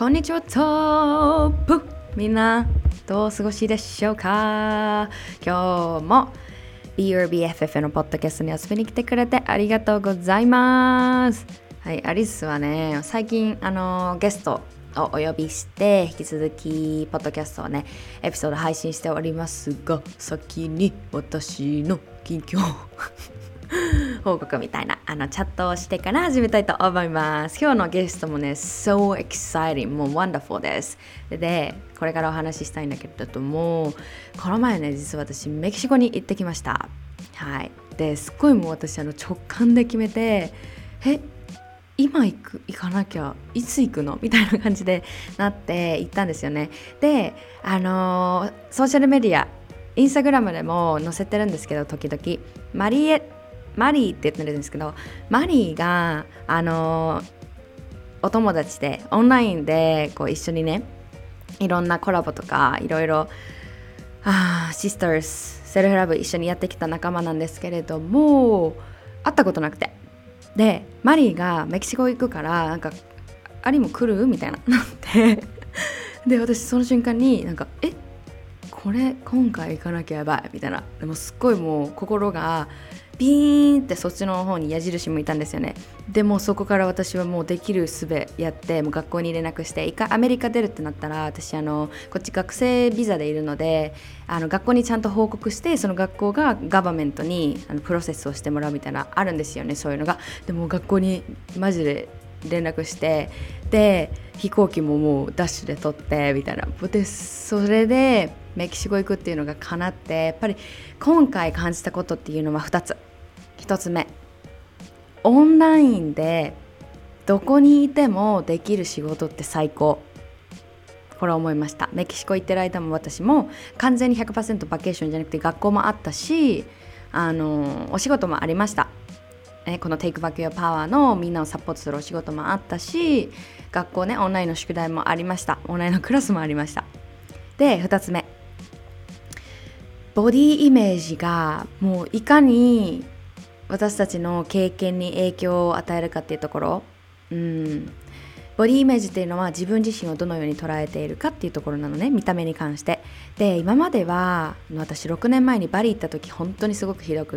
こんにちはトップ、みんなどうお過ごしでしょうか。今日も Be Your BFF のポッドキャストに遊びに来てくれてありがとうございます。はい、アリスはね、最近ゲストをお呼びして引き続きポッドキャストをねエピソード配信しておりますが、先に私の近況報告みたいなチャットをしてから始めたいと思います。今日のゲストもね So exciting、 もう wonderful です。でこれからお話ししたいんだけれども、この前ね実は私メキシコに行ってきました。はい、ですっごいもう私直感で決めて、今行かなきゃいつ行くのみたいな感じでなって行ったんですよね。でソーシャルメディアインスタグラムでも載せてるんですけど、時々マリーって言ってるんですけど、マリーがお友達でオンラインでこう一緒にねいろんなコラボとかいろいろシスターズセルフラブ一緒にやってきた仲間なんですけれども、会ったことなくて、でマリーがメキシコ行くからなんかアリも来るみたいななってで私その瞬間になんかこれ今回行かなきゃやばいみたいな、でもすっごいもう心がビーンってそっちの方に矢印向いたんですよね。でもそこから私はもうできる術やって、もう学校に連絡してアメリカ出るってなったら、私こっち学生ビザでいるので学校にちゃんと報告して、その学校がガバメントにプロセスをしてもらうみたいなあるんですよね、そういうのが。でも学校にマジで連絡して、で飛行機ももうダッシュで取ってみたいなで、それでメキシコ行くっていうのが叶って、やっぱり今回感じたことっていうのは2つ。1つ目、オンラインでどこにいてもできる仕事って最高。これ思いました。メキシコ行ってる間も私も完全に 100% バケーションじゃなくて学校もあったし、お仕事もありました。この Take Back Your Power のみんなをサポートするお仕事もあったし、学校ねオンラインの宿題もありました。オンラインのクラスもありました。で2つ目、ボディイメージがもういかに私たちの経験に影響を与えるかっていうところ、ボディイメージっていうのは自分自身をどのように捉えているかっていうところなのね、見た目に関して。で今までは私6年前にバリ行った時本当にすごくひどくって、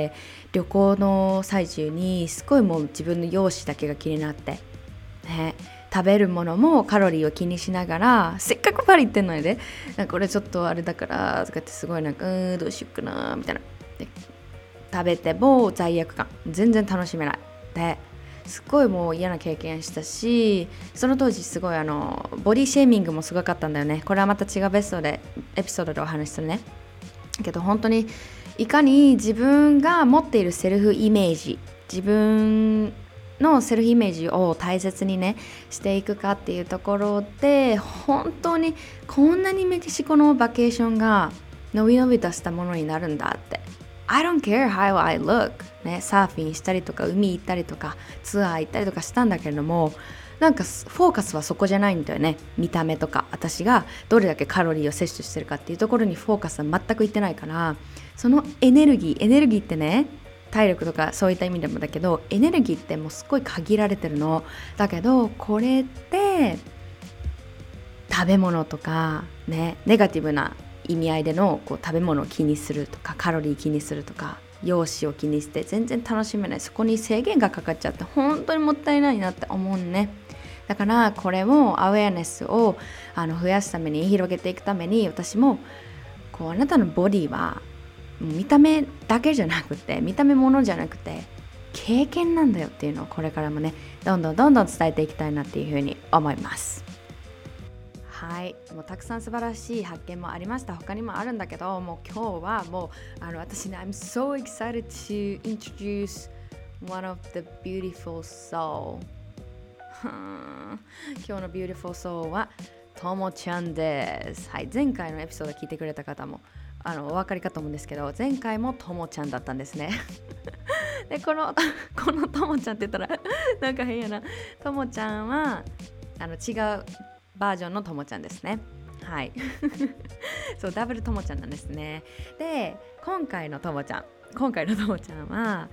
旅行の最中にすごいもう自分の容姿だけが気になって、食べるものもカロリーを気にしながら、せっかくパリ行ってんのにね、なんかこれちょっとあれだからとかってすごいなんかどうしようかなみたいな。で食べても罪悪感、全然楽しめないですっごいもう嫌な経験したし、その当時すごいボディシェーミングもすごかったんだよね。これはまた違うエピソードでお話しするね。けど本当にいかに自分が持っているセルフイメージ、自分のセルフイメージを大切にねしていくかっていうところで、本当にこんなにメキシコのバケーションがのびのびとしたものになるんだって。I don't care how I look、サーフィンしたりとか海行ったりとかツアー行ったりとかしたんだけれども、なんかフォーカスはそこじゃないんだよね。見た目とか私がどれだけカロリーを摂取してるかっていうところにフォーカスは全くいってないから、そのエネルギーってね、体力とかそういった意味でもだけど、エネルギーってもうすごい限られてるのだけど、これって食べ物とかね、ネガティブな意味合いでのこう食べ物を気にするとかカロリー気にするとか容姿を気にして全然楽しめない、そこに制限がかかっちゃって本当にもったいないなって思うね。だからこれもアウェアネスを増やすために、広げていくために、私もこうあなたのボディは見た目だけじゃなくて、見た目ものじゃなくて経験なんだよっていうのをこれからもねどんどん伝えていきたいなっていうふうに思います。はい、もうたくさん素晴らしい発見もありました。他にもあるんだけど、もう今日はもう私ね I'm so excited to introduce one of the beautiful soul 今日の beautiful soul はともちゃんです。はい、前回のエピソード聞いてくれた方もお分かりかと思うんですけど、前回もともちゃんだったんですねでこのともちゃんって言ったらなんか変やな。ともちゃんは違うバージョンのともちゃんですね。はいそう、ダブルともちゃんなんですね。で今回のともちゃんは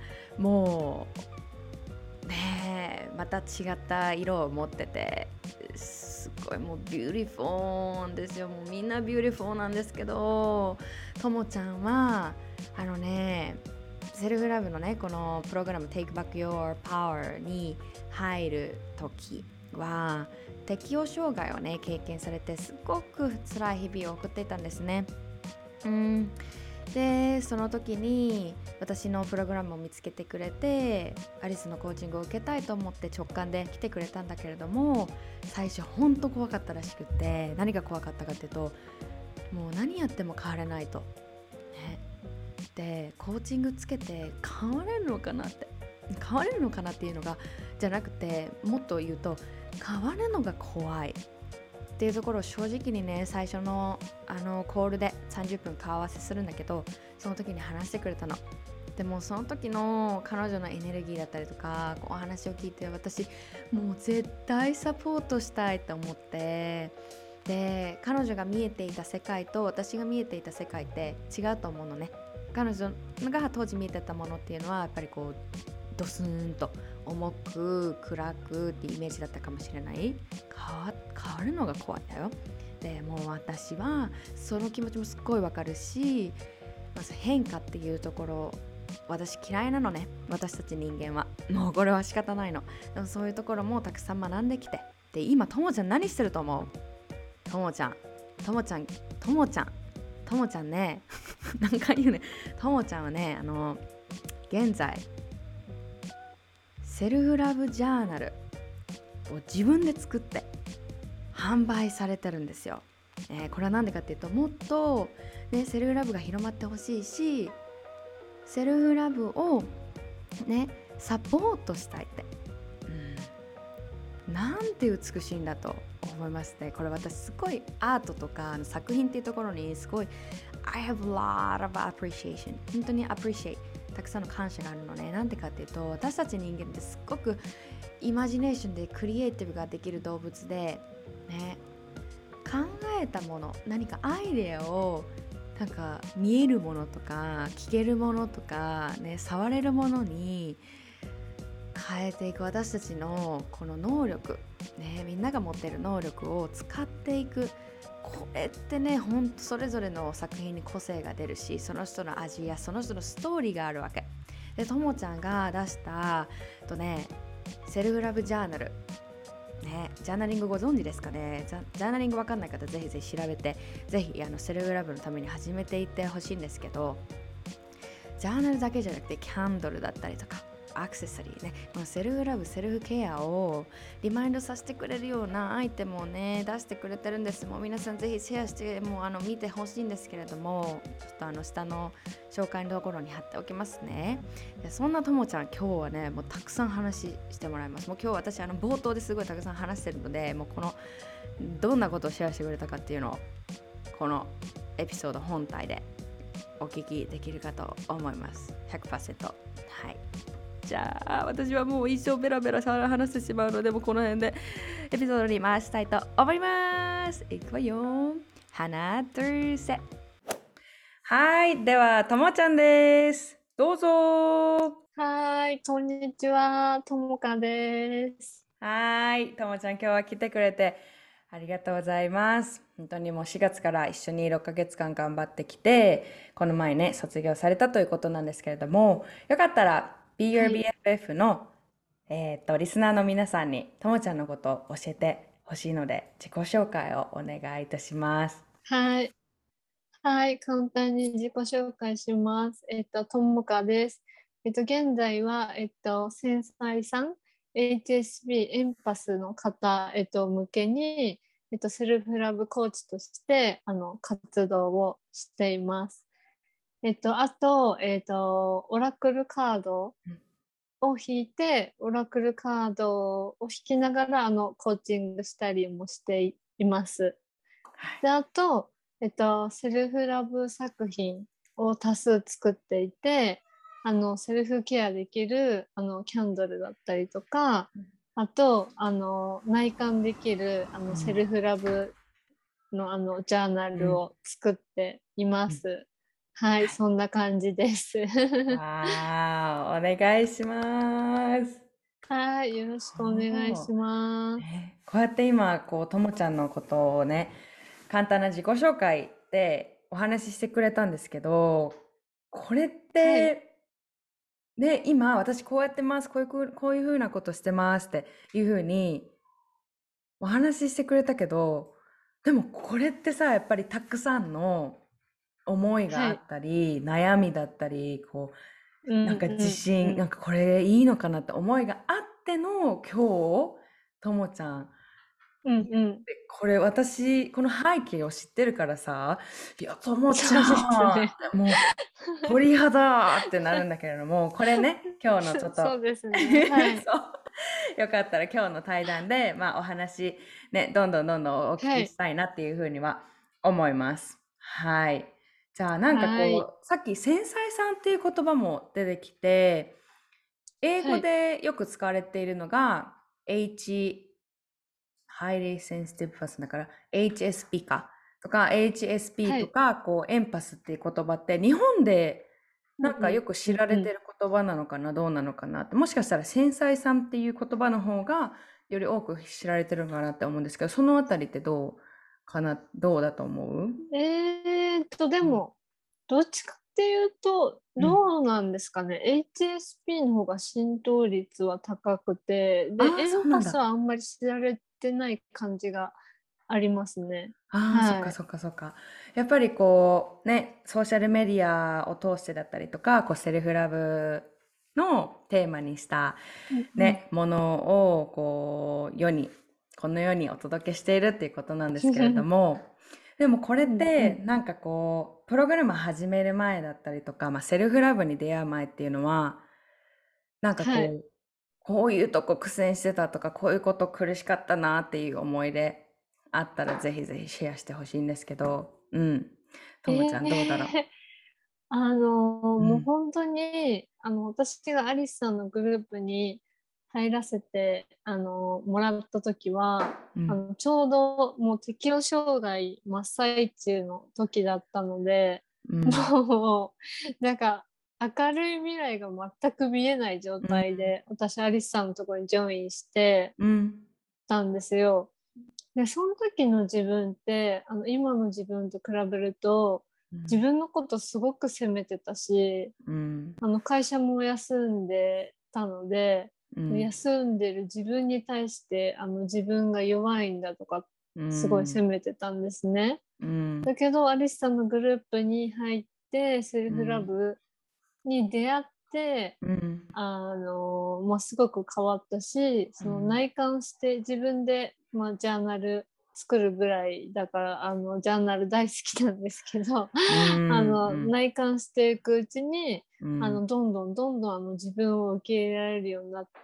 もうねまた違った色を持ってて、 すごいもうビューティフォーなんですよ。もうみんなビューティフォーなんですけど、ともちゃんはセルフラブのねこのプログラム Take Back Your Power に入る時は適応障害をね経験されてすごく辛い日々を送っていたんですね。でその時に私のプログラムを見つけてくれてアリスのコーチングを受けたいと思って直感で来てくれたんだけれども、最初ほんと怖かったらしくって、何が怖かったかっていうと、もう何やっても変われないと、ね、でコーチングつけて変われるのかなっていうのがじゃなくて、もっと言うと変わるのが怖いっていうところを正直にね最初のコールで30分顔合わせするんだけど、その時に話してくれたの。でもその時の彼女のエネルギーだったりとかお話を聞いて、私もう絶対サポートしたいと思って、で彼女が見えていた世界と私が見えていた世界って違うと思うのね。彼女が当時見えてたものっていうのはやっぱりこうドスーンと重く暗くってイメージだったかもしれない。変わるのが怖いんだよ。でもう私はその気持ちもすっごいわかるし、まず変化っていうところ私嫌いなのね。私たち人間はもうこれは仕方ないの。でもそういうところもたくさん学んできて、で今ともちゃん何してると思う？ともちゃんね何回言うね。ともちゃんはね現在セルフラブジャーナルを自分で作って販売されてるんですよ。これは何でかっていうと、もっと、ね、セルフラブが広まってほしいし、セルフラブを、ね、サポートしたいって、なんて美しいんだと思いますね。これ私すごいアートとか作品っていうところにすごい I have a lot of appreciation、 本当に appreciate、 たくさんの感謝があるのね。なんでかっていうと、私たち人間ってすっごくイマジネーションでクリエイティブができる動物で、ね、考えたもの、何かアイデアをなんか見えるものとか聞けるものとか、ね、触れるものに変えていく私たちのこの能力、ね、みんなが持っている能力を使っていく。これってね、ほんとそれぞれの作品に個性が出るし、その人の味やその人のストーリーがあるわけで、ともちゃんが出したセルフラブジャーナル、ね、ジャーナリングご存知ですかね。ジャーナリングわかんない方ぜひぜひ調べて、ぜひセルフラブのために始めていってほしいんですけど、ジャーナルだけじゃなくてキャンドルだったりとかアクセサリーね、このセルフラブセルフケアをリマインドさせてくれるようなアイテムをね出してくれてるんです。もう皆さんぜひシェアしてもう見てほしいんですけれども、ちょっと下の紹介のところに貼っておきますね。でそんなともちゃん今日はねもうたくさん話してもらいます。もう今日私冒頭ですごいたくさん話してるので、もうこのどんなことをシェアしてくれたかっていうのをこのエピソード本体でお聞きできるかと思います。 100%。 はい、じゃあ私はもう一生ベラベラ話してしまうので、もうこの辺でエピソードに回したいと思います。いくわよ。花トゥーセ。はい、ではともちゃんです。どうぞ。 はい、こんにちは、ともかです。 はい、ともちゃん今日は来てくれてありがとうございます。本当にもう4月から一緒に6ヶ月間頑張ってきて、この前ね卒業されたということなんですけれども、よかったら Be は Your い、 BFF の、リスナーの皆さんにともちゃんのことを教えてほしいので、自己紹介をお願いいたします。 はい、はい、簡単に自己紹介します。ともかです。現在は、繊細さん、HSP、エンパスの方、向けに、セルフラブコーチとして、活動をしています。あと、オラクルカードを引いて、オラクルカードを引きながら、コーチングしたりもしています。で、あと、セルフラブ作品を多数作っていて、セルフケアできる、キャンドルだったりとか、あと、内観できる、セルフラブの、ジャーナうん、 ルを作っていまうん、 す。はい、そんな感じです。 わー、お願いします。 はい、よろしくお願いします。 こうやって今、ともちゃんのことをね、簡単な自己紹介でお話ししてくれたんですけど、これっはい、 て、ね、今私こうやってます、こういうふうなことしてますっていうふうにお話ししてくれたけど、でもこれってさ、やっぱりたくさんの思いがはい。 あったり、悩みだったり、なんかうん自信、なんかこれいいのかなって思いがあっての今日、ともちゃん、 うんうん。 これ私、この背景を知ってるからさ、いや、ともちゃんそうですね。 ってもう鳥肌ってなるんだけれども、これね、今日のちょっとそうですね。はい。 そう。よかったら今日の対談で、まあお話、ね、どんどんお聞はい。 きしたいなっていうふうには思います。はい。じゃあなんかはい。 さっき繊細さんっていう言葉も出てきて、英語はい。 でよく使われているのが Highly Sensitive Person だから HSP か。とか HSP はい。 とか、エンパスっていう言葉って日本でなんかようんうん。 く知らうんうん。 れてる言葉なのかな、どうなのかなって。もしかしたら繊細さんっていう言葉の方がより多く知られてるのかなって思うんですけど、そのあたりってどうだと思う？ でうん。 も、どっちかっていうと、 うん。 どうなんですかね。HSP の方が浸透率は高くて、で、 ああ、 エンそうなんだ。 パスはあんまり知られてない感じがありますね。 ああ、そっかはい。 そっかそっか。やっぱりね、ソーシャルメディアを通してだったりとか、セルフラブのテーマにしたうんうん。 ね、ものを、この世にお届けしているっていうことなんですけれども、でもこれっうんうて、 ん。 なんかプログラム始める前だったりとか、まあ、セルフラブに出会う前っていうのは、なんかはい。 こういうとこ苦戦してたとか、こういうこと苦しかったなっていう思い出あったらぜひぜひシェアしてほしいんですけど、うん。ともちゃんどうだろええう？うもうん。 本当に、私がアリスさんのグループに入らせて、もらった時は、 うん。 ちょうどもう適応障害真っ最中の時だったので、 うん。 もう、なんか、明るい未来が全く見えない状うん。 態で、私、アリスさんのところにジョインしてうん。 たんですよ。で、その時の自分って、今の自分と比べると、自うん。 分のことすごく責めてたし、 うん。 会社も休んでたので、 うん。 休んでる自分に対して、自分が弱いんだとか、 うすごい責ん。 めてたんですね。 うん。 だけど、アリスさんのグループに入って、セルフラうん。 ブに出会って、 うん。 まあ、すごく変わったし、そのうん。 内観して自分で、まあ、ジャーナル作るぐらいだから、ジャーナル大好きなんですけど、 うん。 内観していくうちに、 うん。 どんどん自分を受け入れられるようになって、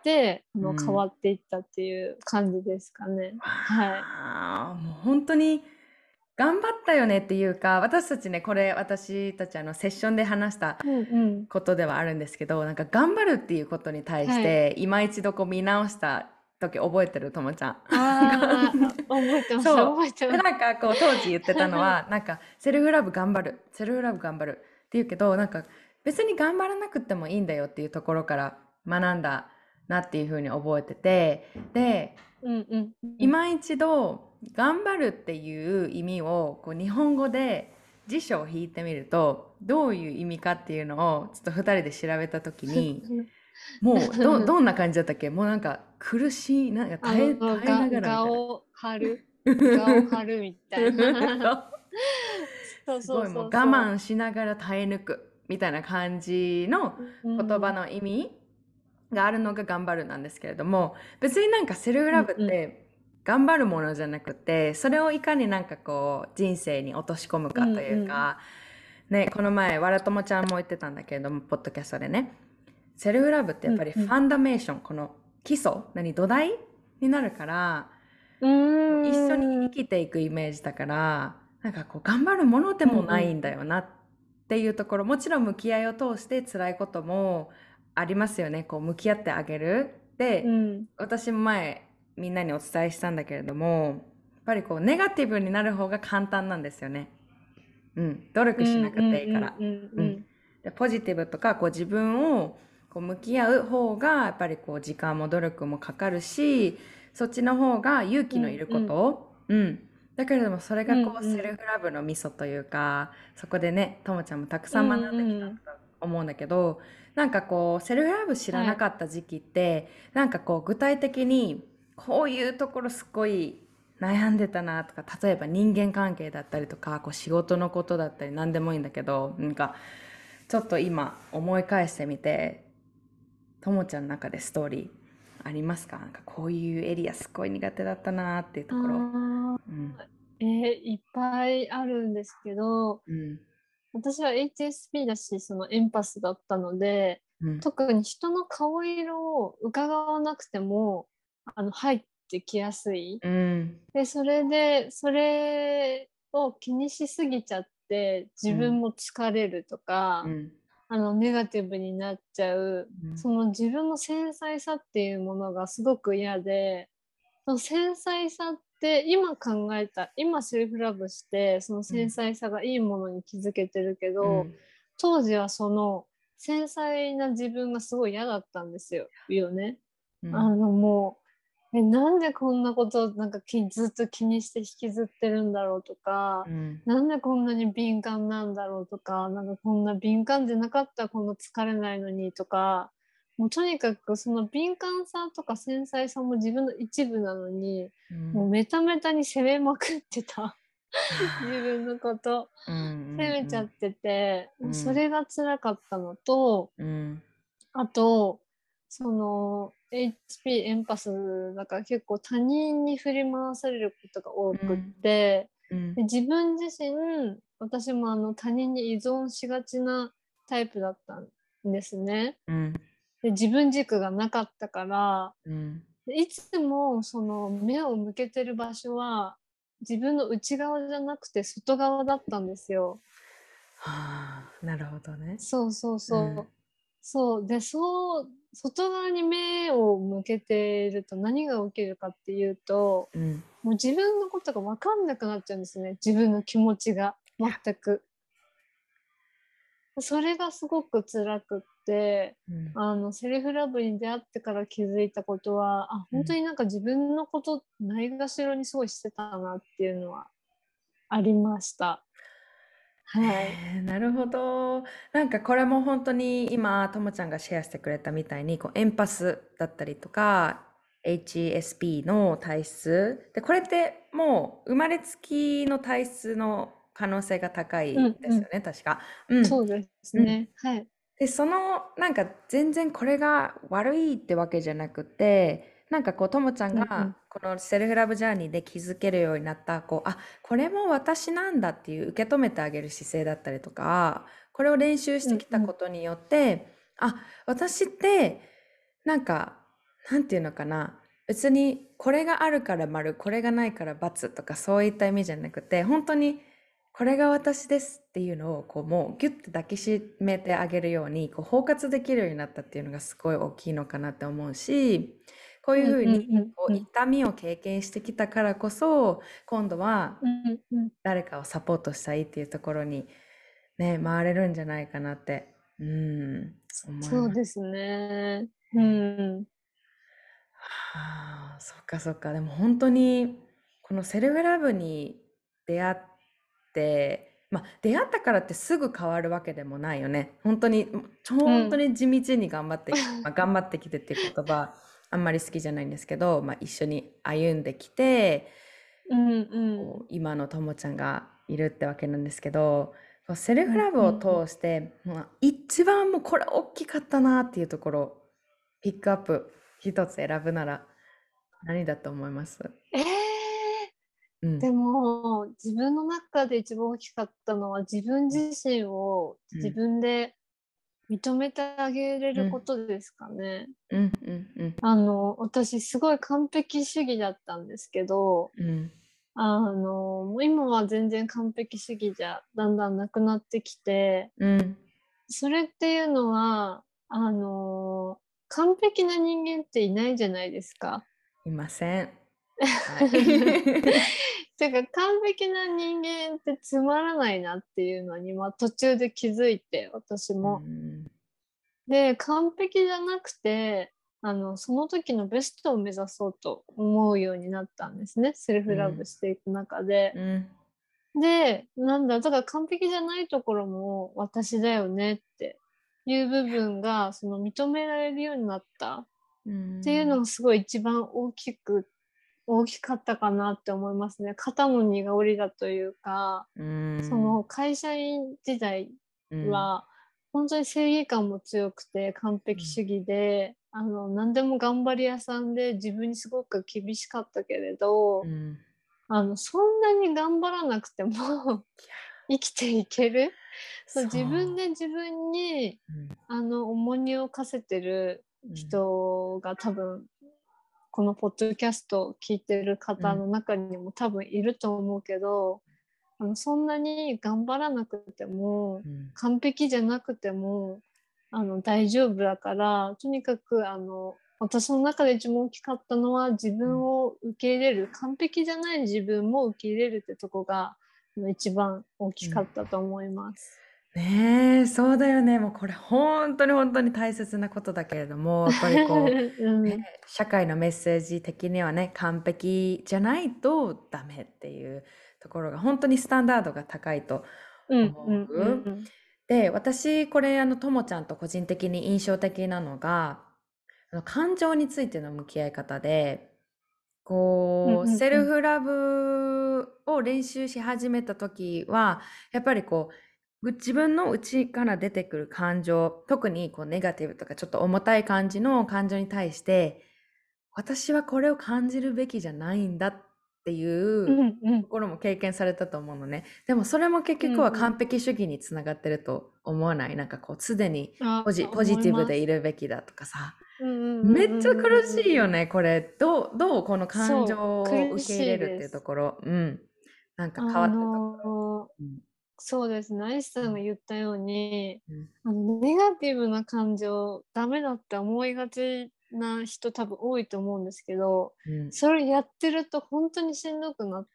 変わっていったっていう感じですかね。はい。 ああ、もう本当に頑張ったよねっていうか、私たちね、私たちセッションで話したうんうん。 ことではあるんですけど、なんか頑張るっていうことに対しはい。 て、今一度見直した時覚えてる、ともちゃん。 覚えてます、 そう。で、 覚えてます。 なんか当時言ってたのは、なんかセルフラブ頑張る、セルフラブ頑張るって言うけど、なんか別に頑張らなくてもいいんだよっていうところから学んだなっていうふうに覚えてて、で、 うんうんうん。 今一度頑張るっていう意味を日本語で辞書を引いてみるとどういう意味かっていうのをちょっと二人で調べたときに、もうどんな感じだったっけ？もうなんか苦しい、なんか耐えながらみたいな。 がを張る。がを張るみたいな。 そう。 そうそうすごいもう我そうそ慢しながら耐え抜くみたいな感じのう。う言葉ん。 の意味があるのが頑張るなんですけれども、別になんかセルフラブっうんうん。 て頑張るものじゃなくて、それをいかになんか人生に落とし込むうかとんうん。 いうか、ね、この前、わらともちゃんも言ってたんだけれども、ポッドキャストでね、セルフラブってやっぱりフうんうん。 ァンダメーション、この基礎、土台になるから、 う一緒にーん。 生きていくイメージだから、なんか頑張るものでうんもないんうん。 だよなっていうところ、もちろん向き合いを通して辛いこともありますよね。向き合ってあげる。で、 うん。 私も前みんなにお伝えしたんだけれども、やっぱりネガティブになる方が簡単なんですよね。うん。努うん力しなくうんていいから。 うんうんうん。で、ポジティブとか、自分をこう向き合う方がやっぱりこう時間も努力もかかるし、そっちの方が勇気のいるこうんうん。 と、うん。だけれどもそれうがこうセんうん。 ルフラブのミソというか、そこでね、ともちゃんもたくうさん学んできたんうん。 と思うんだけど、なんかこうセルフラブ知らなはい。 かった時期って、なんかこう具体的にこういうところすごい悩んでたなとか、例えば人間関係だったりとか、こう仕事のことだったり何でもいいんだけど、なんかちょっと今思い返してみて、ともちゃんの中でストーリーありますか？なんかこういうエリアすごい苦手だったなーっていうところ。 あうん。 いっぱいあるんですけど、 うん。 私は HSP だし、そのエンパスだったので、 うん。 特に人の顔色を伺わなくても、入ってきやすい。 うん。 で、それで、それを気にしすぎちゃって、自分うん。 も疲れるとか、 うん。 ネガティブになっちゃう、 うん。 その自分の繊細さっていうものがすごく嫌で、その繊細さって今考えた、今セルフラブして、その繊細さがいいものに気づけてるけど、 うん。 当時はその繊細な自分がすごい嫌だったんですよね。 うん。 もう、なんでこんなことなんかずっと気にして引きずってるんだろうとか、 うん。 なんでこんなに敏感なんだろうとか、なんかこんな敏感じゃなかったらこんな疲れないのにとか、もうとにかくその敏感さとか繊細さも自分の一部なのに、 うん。 もうメタメタに責めまくってた。自あ分のこと。 ー、うん。 責めちゃってて、 うん。うん。 それが辛かったのと、 うん。 あと、その、HP エンパスだから結構他人に振り回されることが多くっうん。 て、 うん。 で自分自身、私も他人に依存しがちなタイプだったんですね。 うん。 で自分軸がなかったから、 うん。 でいつもその目を向けてる場所は自分の内側じゃなくて外側だったんですよ。 はあ、なるほどね。 そうそううん。 そう。そう。で、外側に目を向けてると何が起きるかっていうと、 うん。 もう自分のことが分かんなくなっちゃうんですね。自分の気持ちが。全く。それがすごく辛くって、 うん。 セルフラブに出会ってから気づいたことは、本当うん。 になんか自分のことないがしろにすごいしてたなっていうのはありました。はい。 なるほど。なんかこれも本当に今、ともちゃんがシェアしてくれたみたいに、こうエンパスだったりとか、HSP の体質。で、これってもう生まれつきの体質の可能性が高いうんうん。 ですよね、確か。うん。 そうですうん。 ね。はい。 で、なんか全然これが悪いってわけじゃなくて、なんかこう、ともちゃんうんうん。 がこのセルフラブジャーニーで気づけるようになった、こう、あ、これも私なんだっていう受け止めてあげる姿勢だったりとか、これを練習してきたうんうん。 ことによって、あ、私って、なんか、なんていうのかな、別にこれがあるから丸、これがないから×とかそういった意味じゃなくて、本当にこれが私ですっていうのをこうもうギュッと抱きしめてあげるようにこう包括できるようになったっていうのがすごい大きいのかなって思うし、こういうふうにうんうんうんこううん。 痛みを経験してきたからこそ、今度はうんうん。 誰かをサポートしたいっていうところにね、回れるんじゃないかなって、思います。 そうですね。うん。 はあ、そっかそっか。でも本当に、このセルフラブに出会って、まあ、出会ったからってすぐ変わるわけでもないよね。本当に、本当うん。 に地道に頑張ってきて、まあ、頑張ってきてっていう言葉、あんまり好きじゃないんですけど、まあ、一緒に歩んできて、 うんうん。 こう今のともちゃんがいるってわけなんですけど、こうセルうんフラブをうん。 通して、まあ、一番もうこれ大きかったなっていうところ、ピックアップ一つ選ぶなら何だと思います？ ええでうん。 も、自分の中で一番大きかったのは、自分自身を自うん。 分で認めてあげれうん。 ることですかね。 うん。うん。うん。 私すごい完璧主義だったんですけど、 うん。 もう今は全然完璧主義じゃだんだんなくなってきて、 うん。 それっていうのは、完璧な人間っていないじゃないですか。 いません。はい。 てか、完璧な人間ってつまらないなっていうのに、まあ途中で気づいて、私うも。 ん。 で、完璧じゃなくて、その時のベストを目指そうと思うようになったんですね。セルフラブうん、 していく中で。 うん、 で、だから完璧じゃないところも私だよねっていう部分が、その認められるようになったうっていうのん、 がすごい一番大きかったかなって思いますね。肩の荷が下りだというか、 うそん、 の会社員時代うん、 は、本当に正義感も強くて完璧主義で、何でも頑張り屋さんで自分にすごく厳しかったけれど、 うん。 そんなに頑張らなくても生きていける。そう、 そ自分で自分に、 う。 重荷を課せてるうん、 人が多分、このポッドキャストを聞いてるうん、 方の中にも多分いると思うけど、そんなに頑張らなくても、 うん、 完璧じゃなくても、大丈夫だから、とにかく、私の中で一番大きかったのは、自うん。 分を受け入れる、完璧じゃない自分も受け入れるってとこが、一番大きかうん。 ったと思います。 ねえ、そうだよね。もうこれ本当に本当に大切なことだけれども、やっぱりこう、ね、 うん、 社会のメッセージ的にはね、完璧じゃないとダメっていうところが本当にスタンダードが高いとうん、う思ん、うう。 ん、 で、私これともちゃんと個人的に印象的なのが、感情についての向き合い方で、 うん、 こう、 うん、 セうん、 ルフラブを練習し始めた時は、やっぱりこう、自分の内から出てくる感情、特にこうネガティブとかちょっと重たい感じの感情に対して、私はこれを感じるべきじゃないんだっていううん、うん、 ところも経験されたと思うのね。でもそれも結うん、 局はうん。 完璧主義につながってると思わない？なんかこう、常にポジ思いティブます。 でいるべきだとかさ。 うん、うん、うん、 めっちゃ苦うん、うん、うん。うん。 しいよね、これ。どうこの感情そう、 を受け入苦しれるっていうといです。 ころ。うん。なんか変あわったとこのろ。うん。 そうですね。アイスさんが言ったように、 うん。 ネガティブな感情、ダメだって思いがちな人多分多いと思うんですけど、 うん。 それやってると本当にしんどくなって、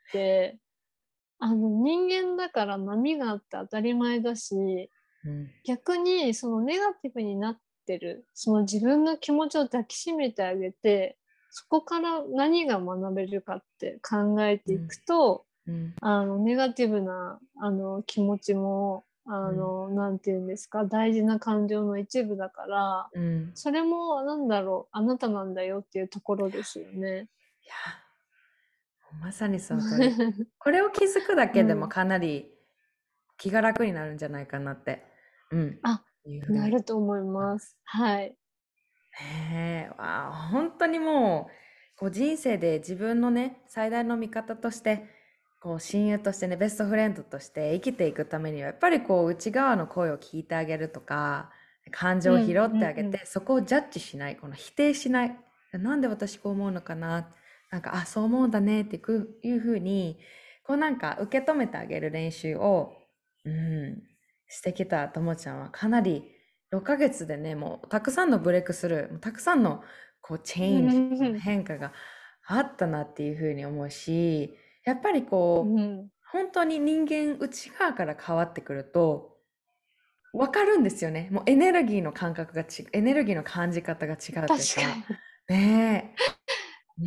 人間だから波があって当たり前だし、 うん。 逆にそのネガティブになってる、その自分の気持ちを抱きしめてあげて、そこから何が学べるかって考えていうん。 くと、 うん。 ネガティブな、気持ちも、 うん。 なんていうんですか、大事な感情の一部だから、 うん。 それも、なんだろう、あなたなんだよっていうところですよね。 いや、まさにその通り。これを気づくだけでもうん。 かなり気が楽になるんじゃないかなって、うん、 あ、 いうふうに。 なると思います。はい。 ねえ、わあ、本当にもう、こう人生で自分のね、最大の味方として、こう親友としてね、ベストフレンドとして生きていくためには、やっぱりこう内側の声を聞いてあげるとか、感情を拾うん、 ってあうん、うん。 げて、そこをジャッジしない、この否定しない。なんで私こう思うのかな。なんか、あ、そう思うんだねっていうふうに、こうなんか受け止めてあげる練習を、うん、してきたともちゃんはかなり6ヶ月でね、もうたくさんのブレイクスルー、もうたくさんのこうチェンジ、 うん、 変化があったなっていうふうに思うし、やっぱりこう、 うん。 本当に人間内側から変わってくると、わかるんですよね。もうエネルギーの感覚がエネルギーの感じ方が違うっていう確かか、 に。 ねえ、うん、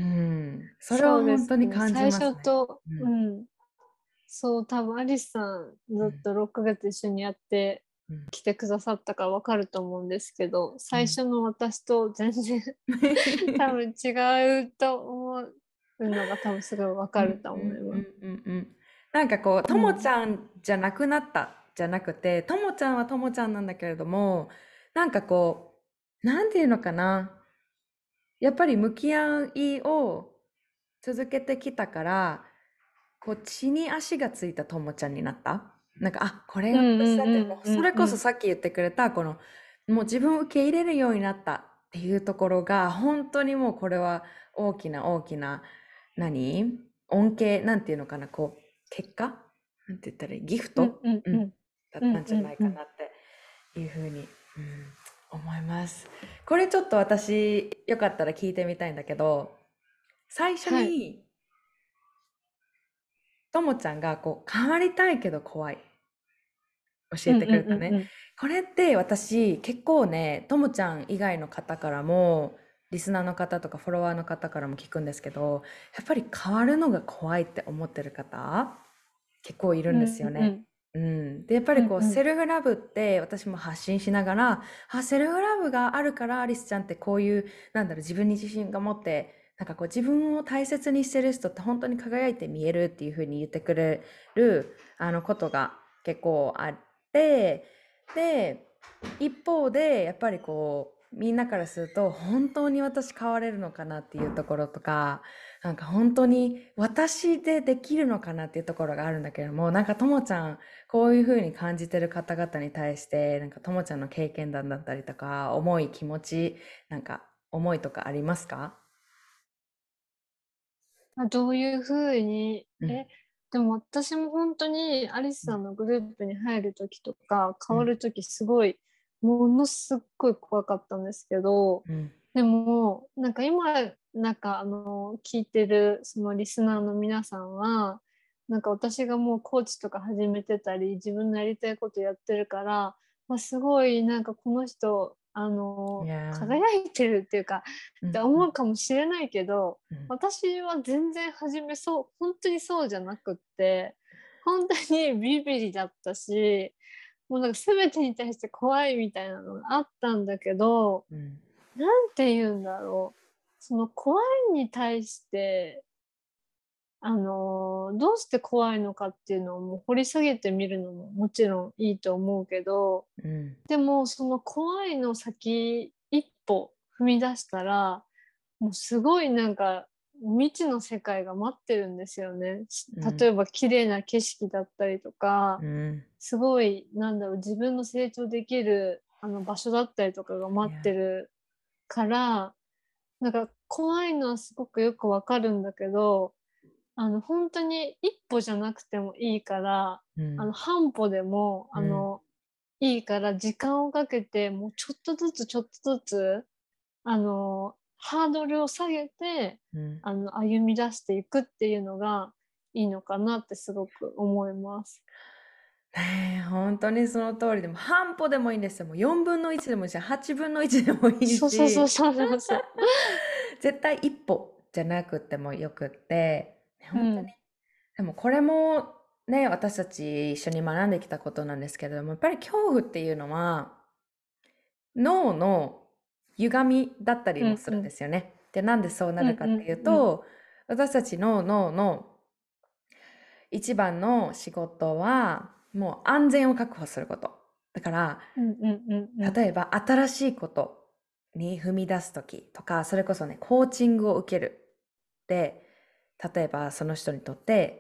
それはそうで本当にすね。 感じ最ますね。 初と、 うん、 うん。そう、多分アリスさんずっうん、 と6ヶ月一緒にやってうん、 来てくださったからわかると思うんですけど、 うん。 最初の私と全然多分違うと思うのが多分すごいわうんかるとうん思います。 うんうんうん。なんかこう、ともちうん。 ゃんじゃなくなったじゃなくて、ともちゃんはともちゃんなんだけれども、なんかこう、なんていうのかな。やっぱり向き合いを続けてきたから、こう、地に足がついたともちゃんになった。なんか、あ、これうんが私だって、もう、 うんうそれんうんこそさっき言ってくれた、この、もう自分を受け入れるようになったっていうところが、本当にもうこれは大きな大きな、恩恵、なんていうのかな、こう、結果なんて言ったらいいギフうんトうんうんうんだっうんたんじゃないうんうんかなっていうふうに、思います。これちょっと私、よかったら聞いてみたいんだけど、最初はい。 に、ともちゃんがこう、変わりたいけど怖い。 教えてくれたね。これって私結構ね、ともちゃん以外の方からも、リスナーの方とかフォロワーの方からも聞くんですけど、やっぱり変わるのが怖いって思ってる方結構いるんですよね。うん。で、やっぱりこう、セルフラブって私も発信しながら、あ、セルフラブがあるからアリスちゃんってこういう、なんだろう、自分に自信が持って、なんかこう自分を大切にしてる人って本当に輝いて見えるっていう風に言ってくれる、ことが結構あって、で、一方で、やっぱりこう、みんなからすると、本当に私変われるのかなっていうところとか、なんか本当に私でできるのかなっていうところがあるんだけれども、なんかともちゃん、こういう風に感じてる方々に対して、なんかともちゃんの経験談だったりとか、思い、気持ち、なんか思いとかありますか？ どういうふうに、 うん、 でも私も本当にアリスさんのグループに入るときとかうん、 変わるときすごい、ものすっごい怖かったんですけど、 うん、 でも、なんか今、聞いてるそのリスナーの皆さんは、なんか私がもうコーチとか始めてたり、自分のやりたいことやってるから、すごいなんかこの人、 いや輝いてるっていうか、 ー、うん、 って思うかもしれないけど、 うん、 私は全然初めそう、本当にそうじゃなくって、本当にビビリだったし、もうなんか全てに対して怖いみたいなのがあったんだけど、 うん、 なんて言うんだろう。その怖いに対して、どうして怖いのかっていうのをもう掘り下げてみるのももちろんいいと思うけど、 うん、 でもその怖いの先一歩踏み出したら、もうすごいなんか未知の世界が待ってるんですよね。 うん、 例えば綺麗な景色だったりとか、 うん、 すごいなんだろう、自分の成長できる場所だったりとかが待っていや、 るから、なんか怖いのはすごくよくわかるんだけど、本当に一歩じゃなくてもいいから、 うん、 半歩でも、 うん、 いいから時間をかけて、もうちょっとずつちょっとずつ、ハードルを下げて、 うん。 歩み出していくっていうのがいいのかなってすごく思います。 ねえ、本当にその通りでも半歩でもいいんですよ。もう4分の1でもいいし、8分の1でもいいそうそうそうし、 そうそうそう。 絶対一歩じゃなくてもよくって、本当に。 うん。 でもこれもね、私たち一緒に学んできたことなんですけれども、やっぱり恐怖っていうのは脳の歪みだったりもするんでうんうん。 すよね。で、なんでそうなうんるかっていううんうん。 と、私たちの脳の一番の仕事は、もう安全を確保すること。だから、 うんうんうんうん。 例えば新しいことに踏み出すときとか、それこそね、コーチングを受ける。で、例えばその人にとって、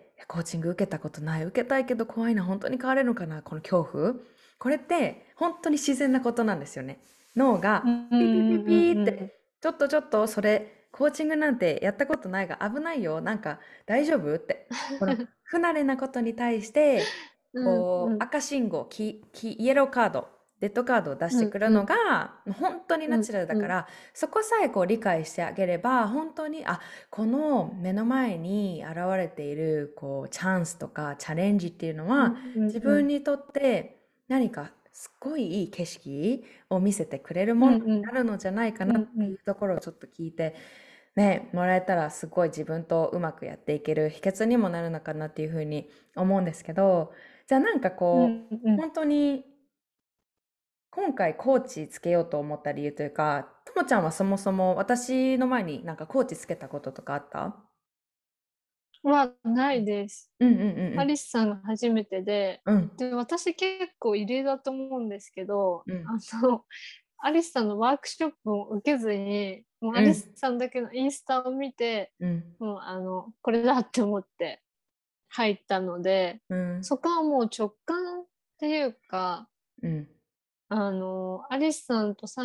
コーチング受けたことない、受けたいけど怖いな、本当に変われるのかな、この恐怖。これって本当に自然なことなんですよね。脳がうんうピピピんうんうんうん。 ピって、ちょっとそれ、コーチングなんてやったことないが危ないよ、なんか大丈夫って。この不慣れなことに対して、 うんうこう、 ん赤信号、イエローカード、レッドカードを出しうてくるのんうんが、本当にうんナチュラルだうんから、そこさえこう理解してあげれば、本当に、あ、この目の前に現れている、こう、チャンスとかチャレンジっていうのは、 うんうん自うん分にとって何かすっごいいい景色を見せてくれるものにうんうんなるのじゃないかなっうんうん。 ていうところをちょっと聞いて、ね、もらえたらすごい自分とうまくやっていける秘訣にもなるのかなっていうふうに思うんですけど、じゃあなんかうこう、 んうん。 本当に今回コーチつけようと思った理由というか、ともちゃんはそもそも私の前になんかコーチつけたこととかあった？ はないです。 うんうんうんうん。 アリスさんが初めてで、 うん。 で、私結構異例だと思うんですけど、 うん。 アリスさんのワークショップを受けずに、もうアリスうん。 さんだけのインスタを見て、 うん。 もうこれだって思って入ったので、 うん。 そこはもう直感っていうか、 うん。 アリスさんと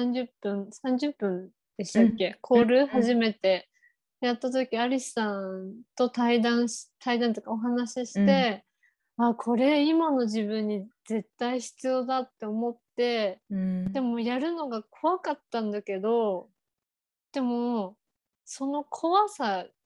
30分でしうん。 たっけうん。 コールうん。 初めてやった時、アリスさんと対談とかお話ししうん。 て、あ、これ今の自分に絶対必要だって思って、 うん。 でもやるのが怖かったんだけど、でも、その怖さ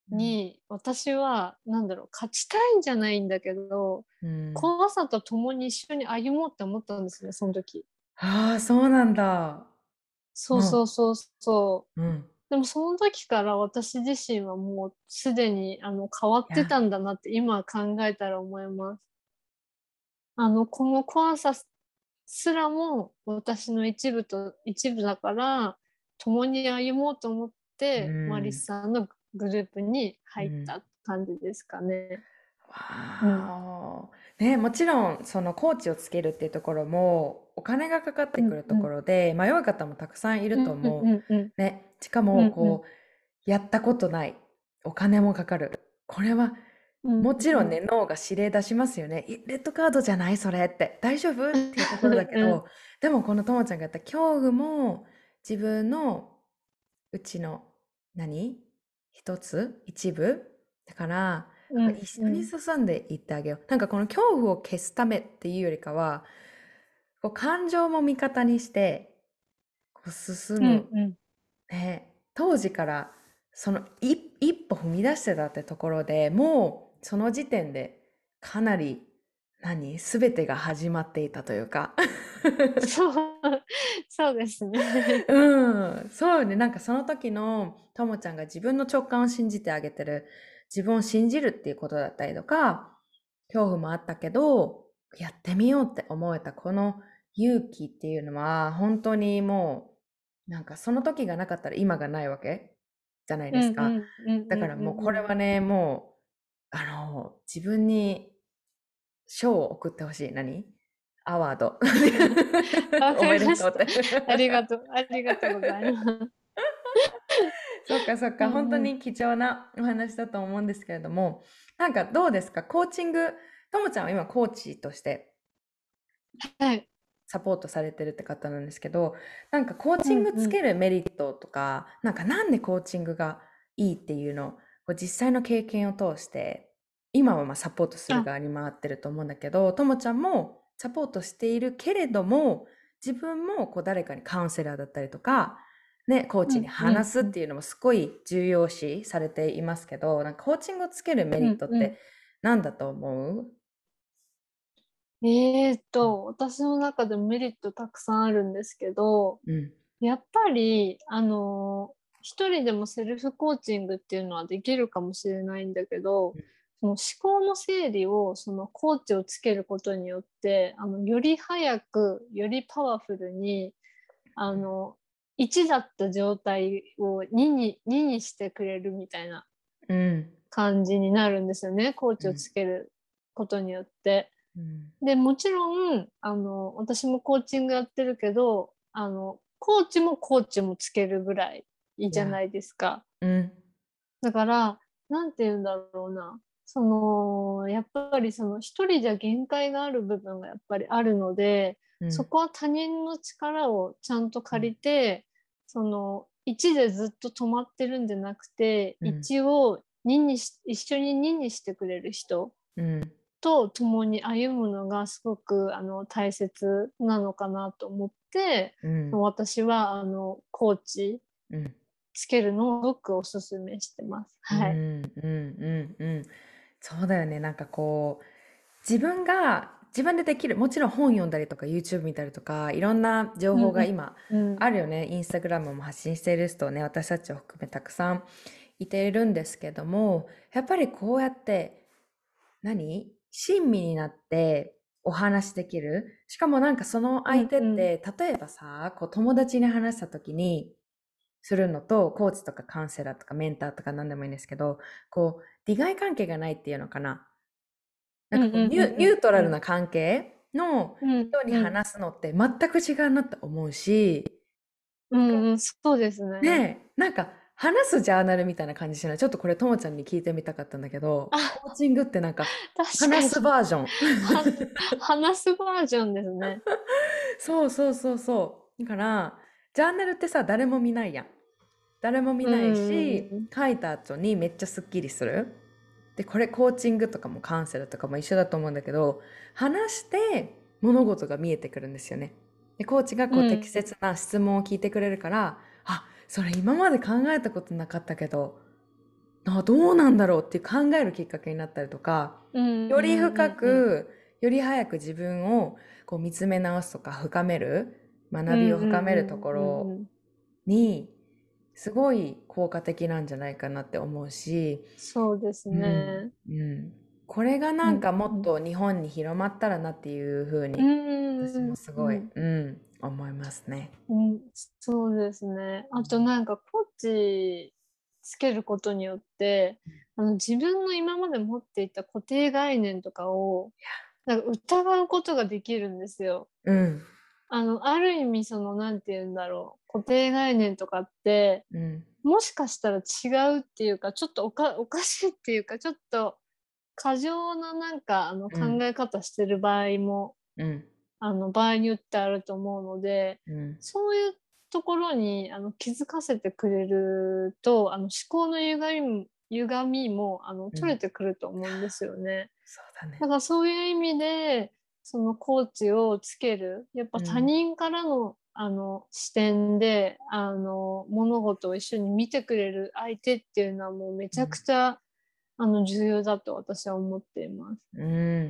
に、私は、勝ちたいんじゃないんだけど、 うん。 怖さと共に一緒に歩もうって思ったんですね、その時。 ああ、そうなんだ。 そううん。 そうそうそう。 うん。 でもその時から私自身はもうすでに変わっていや、 たんだなって今考えたら思います。この怖さすらも私の一部だから、共に歩もうと思っうて、マリスん。 さんのグループにうん。 入った感じですかね。うん。 わあ。ね、もちろん、そのコーチをつけるっていうところも、お金がかかってくるとこうんうん。 ろで、迷う方もたくさんいるとうんうん思うんうん。 う。ね。しかも、 うんうん。 こう、やったことない。お金もかかる。これは、 うんうん。 もちろんね、脳が指令出しますよね。レッドカードじゃないそれって。大丈夫っていうところだけうんど、でもこのともちゃんがやった恐怖も、自分のうちの、一つ一部だから、 うん一緒にうん。 進んでいってあげよう。なんかこの恐怖を消すためっていうよりかは、こう感情も味方にして、こう進む。 うんうん。 ね、当時からその一歩踏み出してたってところでもうその時点でかなり全てが始まっていたというか。 そう、そうですね。 うん。そうよね。なんかその時のともちゃんが自分の直感を信じてあげてる。自分を信じるっていうことだったりとか、恐怖もあったけど、やってみようって思えたこの勇気っていうのは、本当にもう、なんかその時がなかったら今がないわけじゃないうんですか。 うんうんだからうんもうこうんうん。 れはね、もう、自分に賞を送ってほしい。アワード。 わおかりました。 めでとうって。 ありがとう、ありがとうございます。 そっかそっか、本当うんうん。 に貴重なお話だと思うんですけれども、なんかどうですかコーチング、ともちゃんは今コーチとしてはい。 サポートされてるって方なんですけど、なんかコーチングつうんうん。 けるメリットとか、なんかなんでコーチングがいいっていうのを、こう実際の経験を通して、今はまあサポートするあ、 側に回ってると思うんだけど、ともちゃんもサポートしているけれども、自分もこう誰かにカウンセラーだったりとか、ね、コーチにうんうんうん。 話すっていうのもすごい重要視されていますけど、なんかコーチングをつけるメうリッんうん。 トって何だと思う？ 私の中でもメリットたくさんあるんですけど、 うん。 やっぱり、一人でもセルフコーチングっていうのはできるかもしれないんだけど、その思考の整理を、そのコーチをつけることによって、より早く、よりパワフルに、あの、1だった状態を2にしてくれるみたいなうん。 感じになるんですよね。コーチをうん。 つけることによって。 うん。 で、もちろん、私もコーチングやってるけど、コーチもつけるぐらいいいいや、 じゃないですか。 うん。 だから、なんて言うんだろうな。やっぱり一人じゃ限界がある部分がやっぱりあるので、 うん。 そこは他人の力をちゃんとうん。 借りて、1でずっと止まってるんじゃなくて、 うん。 1を2にし、一緒に2にしてくれる人うん。 と共に歩むのがすごく大切なのかなと思って、 うん。 私はコーチうん。 つけるのをすごくおすすめしてます。 うん。 はい。 うん。うん。そうだよね。なんかこう、自分が自分でできる。もちろん本読んだりとか YouTube 見たりとか、いろんな情うんう報が今んうん。 あるよね。インスタグラムも発信している人ね、私たちを含めたくさんいているんですけども、やっぱりこうやって親身になってお話しできる。しかもなんかその相うんうん。 手って、例えばさ、こう友達に話した時にするのと、コーチとかカウンセラーとかメンターとか何でもいいんですけど、こう、利害関係がないっていうのかな。なんかこう、 うんうんうんニュートラルうんな関係のうん人にうん話すのって全く違うなって思うし、 うんうん。そうですね。 ねえ、なんか話すジャーナルみたいな感じしない？ちょっとこれともちゃんに聞いてみたかったんだけど、 あ、 コーチングってなんか確か話すに。 バージョン。 話すバージョンですね。 そうそうそうそう。だから、ジャーナルってさ、誰も見ないやん。誰も見うないし、 ん。 書いた後にめっちゃスッキリする。で、これコーチングとかもカウンセラーとかも一緒だと思うんだけど、話して物事が見えてくるんですよね。で、コーチがこう適うん。 切な質問を聞いてくれるから、あ、それ今まで考えたことなかったけど、 どうなんだろうっていう考えるきっかけになったりとか、 うんより深うんうんく、より早く自分をこう見つめ直すとか深める、学びをうんうん深めるとこうんうんうろん。 に、すごい効果的なんじゃないかなって思うし、 そうですうん、 ね。 うん。これがなうんんかもうんっと日本に広まったらなっていうふううに、私んもすごい、 うん思いますね。 うん、そうですね。あとなんかコーチつけることによって、自分の今まで持っていた固定概念とかを、なんか疑うことができるんですよ。 うん、 ある意味なんて言うんだろう。固定概念とかって、 うん、 もしかしたら違うっていうか、ちょっとおかしいっていうか、ちょっと過剰ななんかうん、 考え方してる場合もうん、 場合によってあると思うので、 うん。 そういうところに気づかせてくれると、思考の歪みも取れうん、 てくると思うんですよね。 そうだね。 だからそういう意味で、そのコーチをつける、やっぱ他うん、 人からの視点で物事を一緒に見てくれる相手っていうのはもうめちゃくうん、 ちゃ重要だと私は思っています。 うん。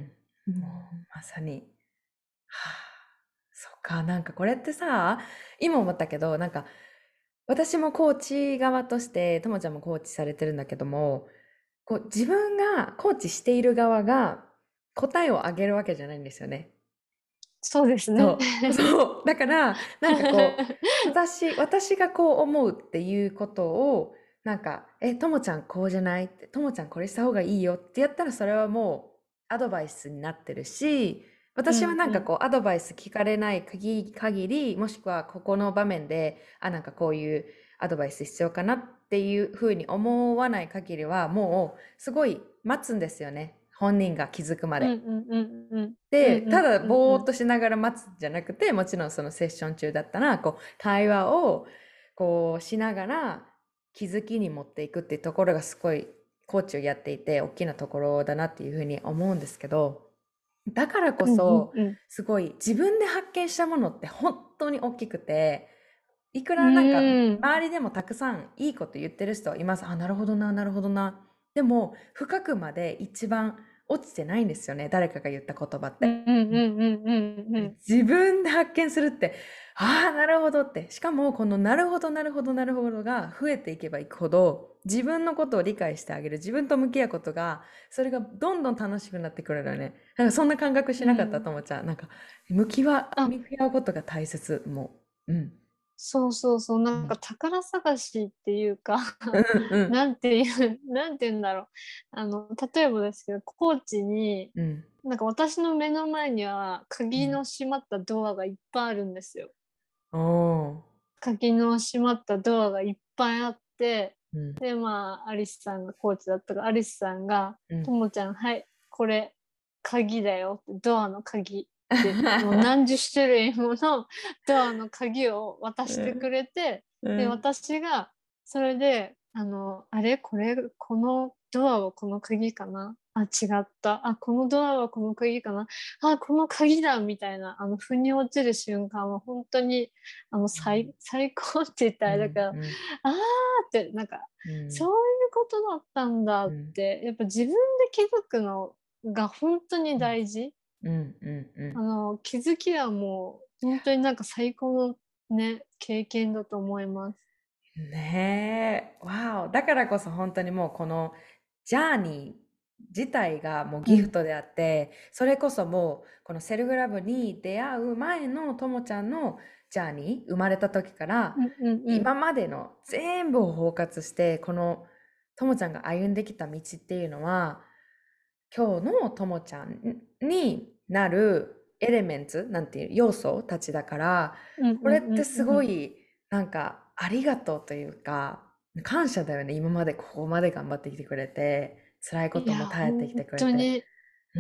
もううん。 まさに。はあ、そっか、なんかこれってさ、今思ったけど、なんか私もコーチ側として、ともちゃんもコーチされてるんだけども、こう自分がコーチしている側が答えをあげるわけじゃないんですよね。 そうですね。 そう。そう。だから、なんかこう、私がこう思うっていうことを、なんか、ともちゃんこうじゃないって、ともちゃんこれした方がいいよってやったら、それはもうアドバイスになってるし、私はうんうん。 なんかこう、アドバイス聞かれない限り、もしくはここの場面で、なんかこういうアドバイス必要かなっていうふうに思わない限りは、もう、すごい待つんですよね。本人が気づくまで。 うんうんうんうん。うで、 んうんただうんうん。 ぼーっとしながら待つんじゃなくて、もちろんそのセッション中だったら、こう、会話を、こう、しながら気づきに持っていくっていうところがすごい、コーチをやっていて、大きなところだなっていうふうに思うんですけど、だからこうんうんそ、 うん。 すごい自分で発見したものって本当に大きくて、いくうらなんかーん。 周りでもたくさんいいこと言ってる人はいます。なるほどな、なるほどな。でも、深くまで一番落ちてないんですよね。誰かが言った言葉って。 うんうんうんうんうんうん。 自分で発見するって、なるほどって。しかも、このなるほど、なるほど、なるほどが増えていけばいくほど、自分のことを理解してあげる、自分と向き合うことが、それがどんどん楽しくなってくるのよね。なんかそんな感覚しなかった、 うん。 ともちゃん。なんか、 あ、 向き合うことが大切、もう。うん。 そうそうそう、なんかうん。 宝探しっていうかうん、うん。 なんて言うんだろう。例えばですけど、コーチに、 うん。 なんか私の目の前にはうん。 鍵の閉まったドアがいっぱいあるんですよ。 おー。 鍵の閉まったドアがいっぱいあって、 うん。 で、まあ、アリスさんがコーチだったから、アリスさんが、 うん。 ともちゃん、はい、これ、鍵だよって、ドアの鍵って、もう何十種類ものドアの鍵を渡してくれて、で、 うん。 私が、それで、あれこれ、このドアはこの鍵かなあ、違った。あ、このドアはこの鍵かなあ、この鍵だみたいな、腑に落ちる瞬間は本当に、最高って言ったらあれだけど、あうん。うん。 ーって、なんか、 うん。 そういうことだったんだうん。 って、やっぱ自分で気づくのが本当に大事。 うん。うん。うん。 気づきはもう、本当になんか最高のね、経験だと思います。 ねえ、わお。だからこそ本当にもうこのジャーニー自体がもううん。 ギフトであって、それこそもうこのセルフラブに出会う前のともちゃんのジャーニー、生まれた時からうんうんうん。 今までの全部を包括して、このともちゃんが歩んできた道っていうのは、今日のともちゃんになるエレメンツ、なんていう要素たちだから、 うんこうんうんれってすうん。 ごいなんかありがとうというか、感謝だよね。今までここまで頑張ってきてくれて、辛いこともいや、 耐えてきて本くれて。 当に、 うん。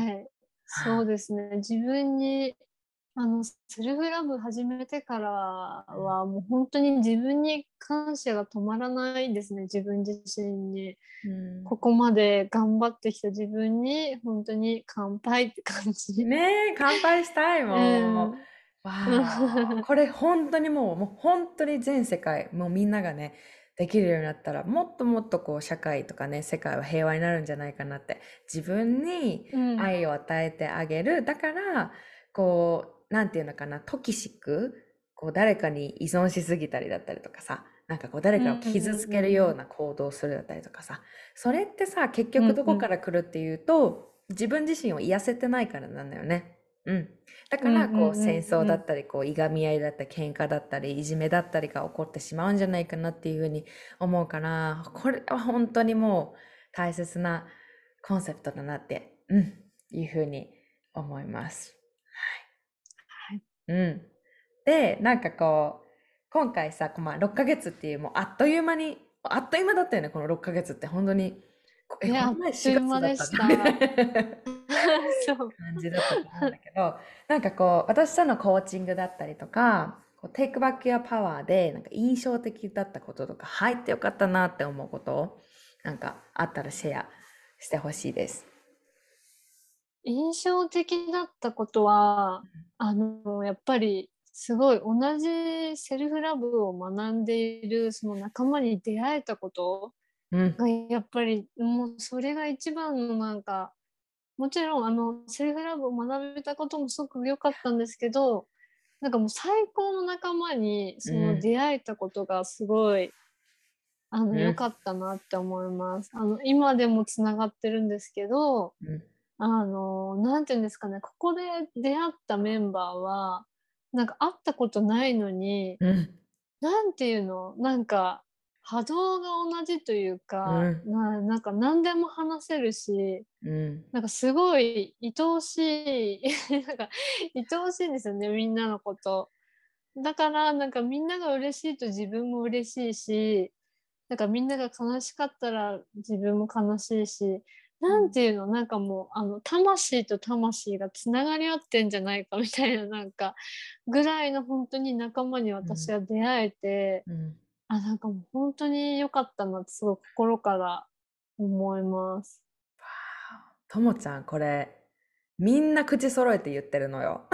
はい。 はあ、 そうですね。自分に、セルフラブ始めてからは、もう本当に自分に感謝が止まらないですね。自分自身に。 うん。 ここまで頑張ってきた自分に、本当に乾杯って感じ。 ねえ、乾杯したいうもん。 う。わあ、これ本当にもう本当に全世界、もうみんながね、 できるようになったら、もっともっとこう社会とかね、世界は平和になるんじゃないかなって。自分にうん、 愛を与えてあげる。だから、こう、なんていうのかな、トキシック、こう誰かに依存しすぎたりだったりとかさ、なんかこう誰うん、 かを傷つけるような行動をするだったりとかさ、それってさ、結局どこから来るっていうと、自分自身を癒せてないからなんだよね。うん。だうん、 から、こう、 うん、 戦争うん、 だったり、こう、いがみ合いだったり、喧嘩だったり、いじめだったりが起こってしまうんじゃないかなっていうふうに思うから、これは本当にもう大切なコンセプトだなって、いうふうに思います。 はい。 うん。で、なんかこう、今回さ、まあ、6ヶ月っていう、もうあっという間に、あっという間だったよね、この6ヶ月って本当に。 ね、あっこの前という 4月だ間でったんだよした。 ね。 そう。 感じだったと思うんだけど、なんかこう、私とのコーチングだったりとか、こうテイクバックやパワーで、なんか印象的だったこととか、入ってよかったなって思うことを、なんかあったらシェアしてほしいです。 印象的だったことは、やっぱりすごい同じセルフラブを学んでいるその仲間に出会えたことうん、 がやっぱりもうそれが一番のなんか、もちろんセルフラブを学べたこともすごく良かったんですけど、なんかもう最高の仲間にそのうん、 出会えたことがすごい良うん、 かったなって思います。今でもつながってるんですけど、 うん、 なんていうんですかね、ここで出会ったメンバーは、なんか会ったことないのに、 うん、 なんていうの、なんか波動が同じというか、 うん、 なんか何でも話せるし、 うん、 なんかすごい愛おしい、なんか愛おしいんですよね、みんなのこと。だからなんかみんなが嬉しいと自分も嬉しいし、なんかみんなが悲しかったら自分も悲しいし、なんていうの、なんかもう、魂と魂がつながり合ってんじゃないかみたいな、なんか、ぐらいの本当に仲間にうん、 私は出会えて、 うん。 なんかもう本当に良かったなってすごい心から思います。 ともちゃん、これ、みんな口揃えて言ってるのよ。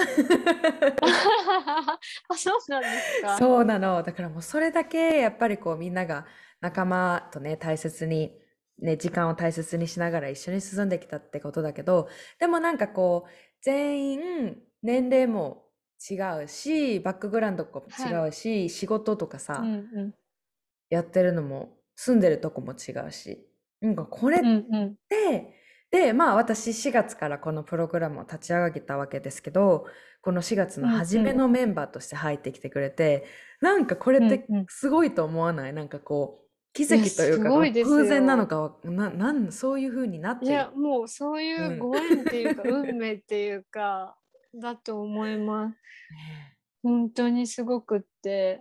あ、そうなんですか。 そうなの。だからもうそれだけやっぱりこうみんなが仲間とね、大切に、ね、時間を大切にしながら一緒に進んできたってことだけど、でもなんかこう、全員年齢も違うし、バックグラウンドも違はい。 うし、仕事とかうさ、 んうん。 やってるのも、住んでるとこも違うし。なんかこれっうんうん。 て、で、まあ私4月からこのプログラムを立ち上げたわけですけど、この4月のうんうん。 初めのメンバーとして入ってきてくれて、なんかこれってうんうん。 すごいと思わない？なんかこう、奇いや、 跡というか、 すごいです偶然なのよ。 かそういう風になっていいや、もうそういく。うん。 うご縁っていうか、運命っていうか、だと思います。 ね本当にすごくって、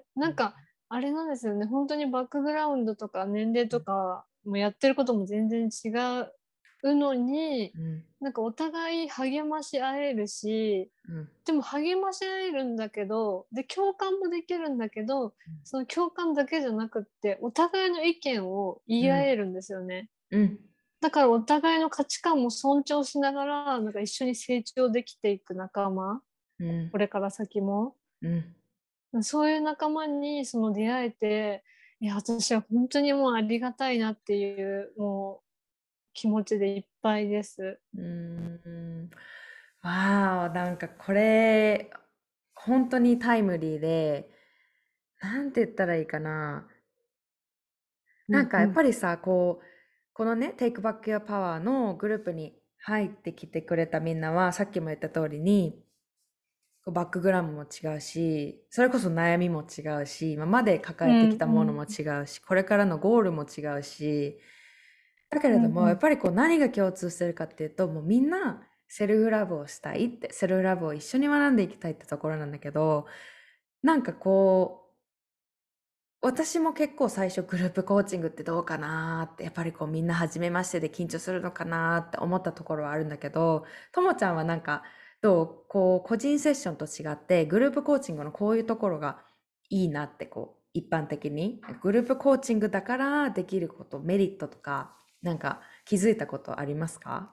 え。うん。 なんか、あれなんですよね。本当にバックグラウンドとか年齢とか、もうやってることも全然違うのに、 うん。 なんかお互い励まし合えるし、 うん。 でも励まし合えるんだけど、で、共感もできるんだけど、その共感だけじゃなくって、お互いの意見を言い合うん。 えるんですよね。 うん。 だからお互いの価値観も尊重しながら、なんか一緒に成長できていく仲間、 うん。 これから先も。 うん。 そういう仲間にその出会えて、いや、私は本当にもうありがたいなっていう、もう気持ちでいっぱいです。 うーん。わあ、なんかこれ、本当にタイムリーで、なんて言ったらいいかな。なんかやっうんうん。 ぱりさ、こう、このね、Take Back Your Power のグループに入ってきてくれたみんなは、さっきも言った通りに、こうバックグラウンドも違うし、それこそ悩みも違うし、今まで抱うえてんうん。 きたものも違うし、これからのゴールも違うし、だけれども、やっうんうん。 ぱりこう何が共通してるかっていうと、もうみんなセルフラブをしたいって、セルフラブを一緒に学んでいきたいってところなんだけど、なんかこう、私も結構最初グループコーチングってどうかなーって、やっぱりこうみんな初めましてで緊張するのかなーって思ったところはあるんだけど、ともちゃんはなんかどうこう個人セッションと違ってグループコーチングのこういうところがいいなってこう一般的にグループコーチングだからできること、メリットとかなんか気づいたことありますか？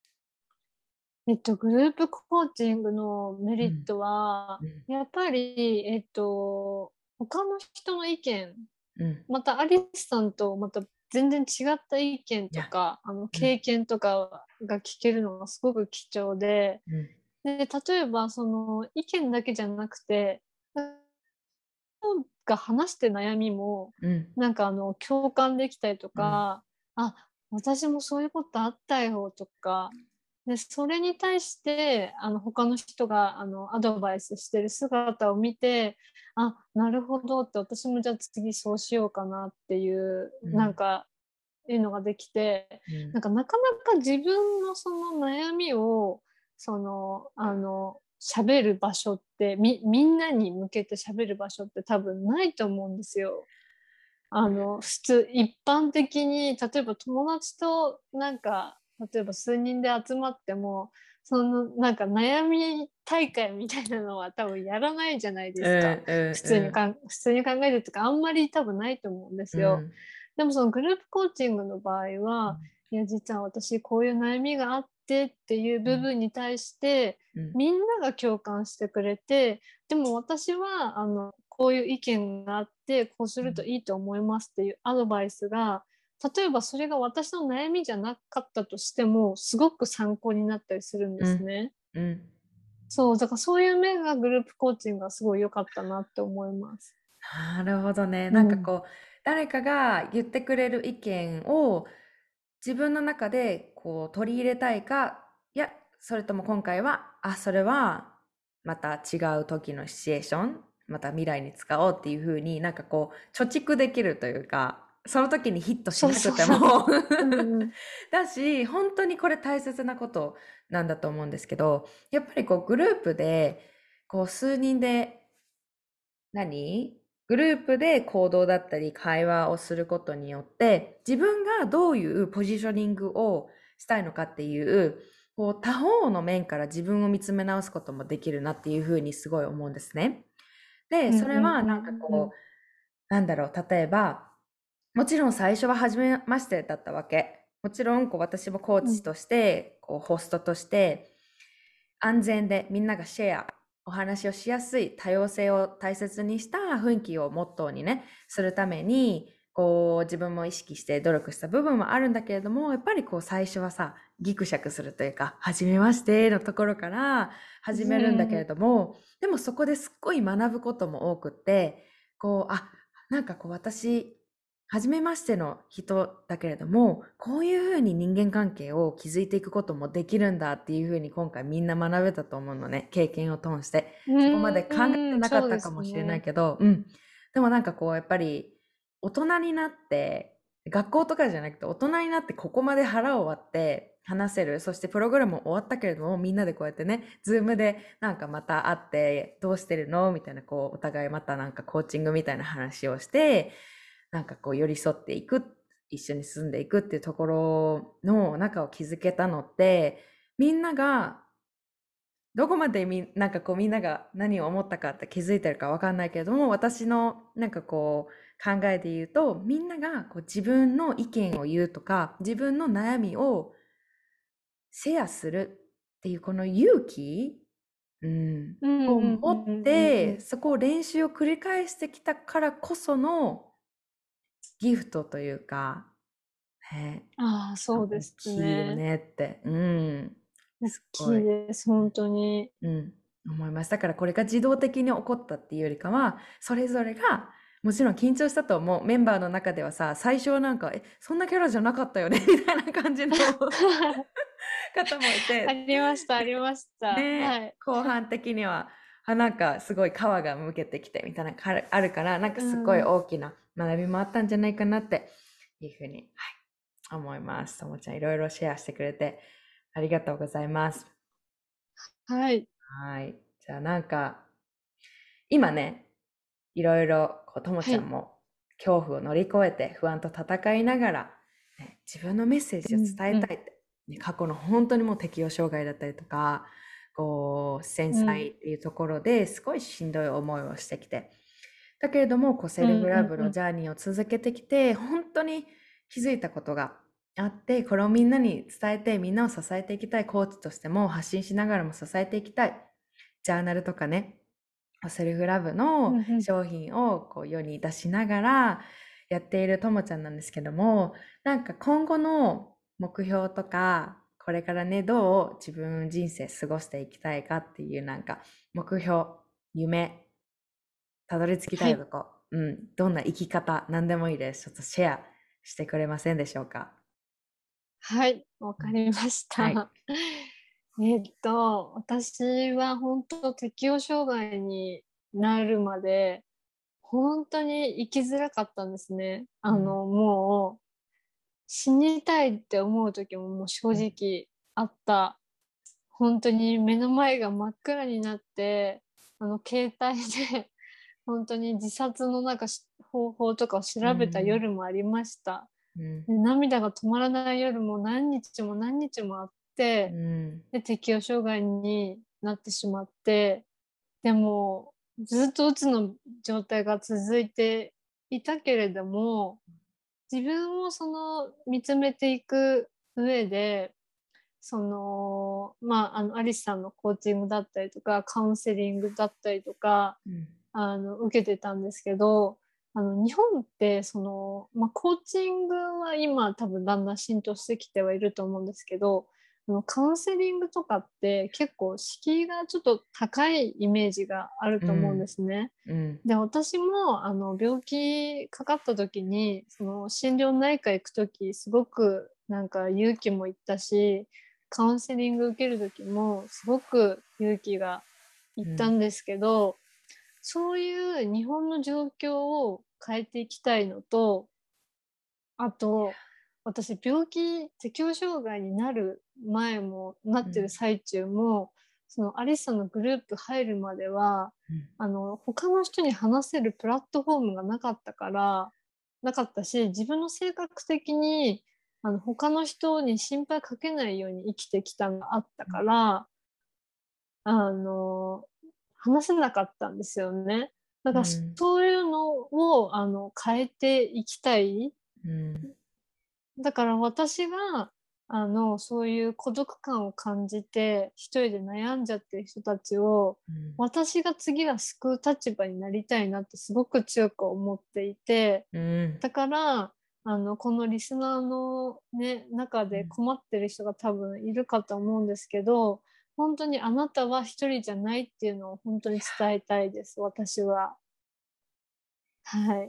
グループコーチングのメうん、 リットは、 うん、 やっぱり、他の人の意見うん。 またアリスさんとまた全然違った意見いや、 とか、 うん、 経験とかが聞けるのがすごく貴重で、 うん、 で、例えばその意見だけじゃなくて、が話して悩みも、 うん、 なんか共感できたりとうん、 か、あ、私もそういうことあったよとか、で、それに対して、他の人が、アドバイスしてる姿を見て、あ、なるほどって、私もじゃあ次そうしようかなっていう、 うん、 なんか、いうのができて、 うん、 なんかなかなか自分のその悩みを、喋る場所って、みんなに向けて喋る場所って多分ないと思うんですよ。普通、一般的に、例えば友達となんか、例えば数人で集まっても、そのなんか悩み大会みたいなのは多分やらないじゃないですか。 うん、うん、 普通に考えるとか、あんまり多分ないと思うんですよ。 うん、 でもそのグループコーチングの場合は、いや、実は私こういう悩みがあってっていううん、 部分に対して、 うん、 みんなが共感してくれて、でも私は、こういう意見があって、こうするといいと思いますっていうアドバイスが、例えばそれが私の悩みじゃなかったとしても、すごく参考になったりするんでうん、 すね。 うん。 そう、だからそういう面がグループコーチングがすごい良かったなって思います。 なるほどね。 うん。 誰かが言ってくれる意見を自分の中で取り入れたいか、いや、それとも今回は、それはまた違う時のシチュエーション、また未来に使おうっていう風に貯蓄できるというか、その時にヒットしそうなくそうそう。 てもうんうん。 だし、本当にこれ大切なことなんだと思うんですけど、やっぱりグループで、数人で何グループで行動だったり会話をすることによって、自分がどういうポジショニングをしたいのかっていう、他方の面から自分を見つめ直すこともできるなっていうふうにすごい思うんですね。で、 うんそれはうんうんうん。 例えば、もちろん最初は初めましてだったわけ。もちろん私もコーうんチとして、ホストとして、安全でみんながシェア、お話をしやすい多様性を大切にした雰囲気をモットーにね、するために、自分も意識して努力した部分はあるんだけれども、やっぱり最初はさ、ギクシャクするというか、初めましてのところから始めるんだけれども、でもそこですっごい学ぶことも多くって、私、初めましての人だけれども、こういうふうに人間関係を築いていくこともできるんだっていうふうに今回みんな学べたと思うのね。経験を通して。 うそこまで考えてん。 なかっそうでたかもしれないすね。 けど、うん。でもやっぱり大人になって、学校とかじゃなくて大人になってここまで腹を割って話せる。そしてプログラム終わったけれども、みんなでこうやってね、ズームでまた会って、どうしてるのみたいなお互いまたコーチングみたいな話をして、寄り添っていく、一緒に住んでいくっていうところの中を築けたのって、みんなが、どこまでみんなが何を思ったかって気づいてるかわかんないけれども、私の考えで言うと、みんなが自分の意見を言うとか、自分の悩みをシェアするっていうこの勇気、うん、 うんをうんう持っんうんうて、 ん。 そこを練習を繰り返してきたからこそのギフトというか、ね、 ああ、そうで大すきいよね。 ねって、うん、 大すきいごい、 です、本当に。 うん、思います。だからこれが自動的に起こったっていうよりかは、それぞれが、もちろん緊張したと思う。メンバーの中ではさ、最初はそんなキャラじゃなかったよねみたいな感じの方もいあて、 りました、ありました。はね、 い。 後半的には、すごい皮がむけてきてみたいなあるから、 うすごいん。 大きな学びもあったんじゃないかなっていうふうに、はい、思います。ともちゃんいろいろシェアしてくれてありがとうございます。 はい。 はい。じゃあ今ね、いろいろともはい。 ちゃんも恐怖を乗り越えて不安と戦いながら、ね、自分のメッセージをうんうん。 伝えたいって、ね、過去の本当にもう適応障害だったりとか、繊うん。 細っていうところですごいしんどい思いをしてきて。だけれども、セうんルフラブうんうん。 のジャーニーを続けてきて、本当に気づいたことがあって、これをみんなに伝えて、みんなを支えていきたいコーチとしても発信しながらも支えていきたい。ジャーナルとかね、 セルフラブのうんうん商品をこう世に出しながらやっているともちゃんなんですけども、なんか今後の目標とか、これからね、どう自分人生過ごしていきたいかっていうなんか目標、夢、たどり着きたはい。 いとこ、どんな生き方、何でもいいです。ちょっとシェアしてくれませんでしょうか。 はい。わうんかりましはい。 た。私は本当適応障害になるまで、本当に生きづらかったんですね。 うん、 もう死にたいって思う時ももう正うん、 直あった。本当に目の前が真っ暗になって、携帯で本当に自殺の方法とかを調うべたん、 夜もありました。 うん、 で、涙が止まらない夜も何日も何日もあっうて、 ん、 で、適応障害になってしまって、でも、ずっとうつの状態が続いていたけれども、自分を見つめていく上で、アリスさんのコーチングだったりとか、カウンセリングだったりとか、 うん、 受けてたんですけど、日本って、コーチングは今多分だんだん浸透してきてはいると思うんですけど、カウンセリングとかって結構敷居がちょっと高いイメージがあると思うんでうん、 すね。 うん、 で、私も、病気かかった時に、心療内科行く時、すごくなんか勇気もいったし、カウンセリング受ける時も、すごく勇気がいっうん、 たんですけど、そういう日本の状況を変えていきたいのと、あと、私、適応障害になる前も、なってるうん、 最中も、そのアリスさんのグループ入るまでは、 うん、 他の人に話せるプラットフォームがなかったし、自分の性格的に、他の人に心配かけないように生きてきたのがあったから、あの、話せなかったんですよね。だから、 うん、 そういうのを、変えていきたい。 うん、 だから私が、そういう孤独感を感じて、一人で悩んじゃってる人たちを、私が次は救う立場になりたいなってすごく強く思っていて、 うん、 だから、このリスナーのね、中で困ってる人が多分いるかと思うんですけど、本当にあなたは一人じゃないっていうのを本当に伝えたいです、私は。はい。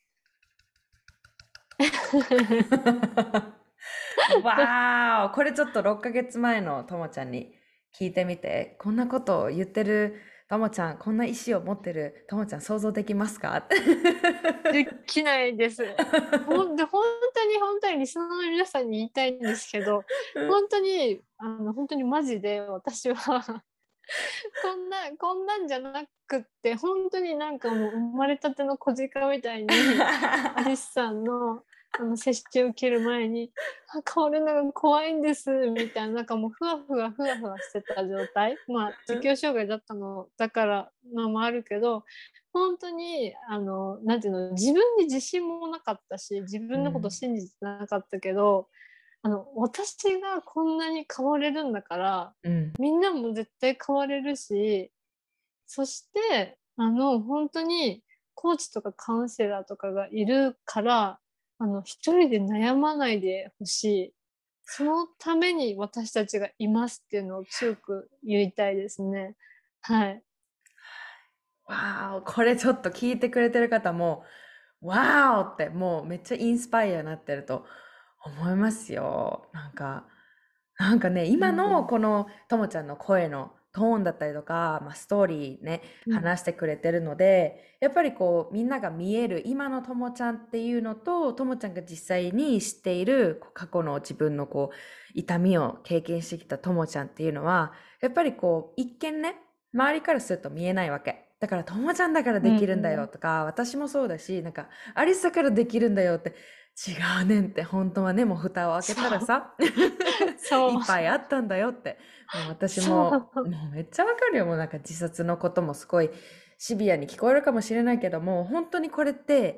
わーお、これちょっと6ヶ月前のともちゃんに聞いてみて、こんなことを言ってるともちゃん、こんな意思を持ってるともちゃん想像できますか？ できないです。本当にリスナーの皆さんに言いたいんですけど、本当にマジで私はこんなんじゃなくって、本当になんかもう生まれたての小鹿みたいに、アリスさんの、接種を受ける前に、変わるのが怖いんです、みたいな、なんかもうふわふわしてた状態。まあ、適応障害だったの、だからのもあるけど、本当に、なんていうの、自分に自信もなかったし、自分のことをうん、 信じてなかったけど、私がこんなに変われるんだから、 うん、 みんなも絶対変われるし、そして、本当に、コーチとかカウンセラーとかがいるから、一人で悩まないでほしい。そのために私たちがいますっていうのを強く言いたいですね。はい。 わーお、これちょっと聞いてくれてる方も、わーおってもうめっちゃインスパイアになってると思いますよ。なんかね、今のうん。 このともちゃんの声のトーンだったりとか、ストーリーね、 うん。 話してくれてるので、やっぱりこう、みんなが見える今のともちゃんっていうのと、ともちゃんが実際に知っているこう過去の自分のこう、痛みを経験してきたともちゃんっていうのは、やっぱりこう、一見ね、周りからすると見えないわけ。だから、ともちゃんだからうできるんだよん。 とか、私もそうだし、なんか、アリスだからできるんだよって、違うねんって、本当はね、もう蓋を開けそう。 たらさ、いそう。 っぱいあったんだよって。もう私そも、 う。 もうめっちゃわかるよ。もうなんか自殺のこともすごいシビアに聞こえるかもしれないけども、本当にこれって、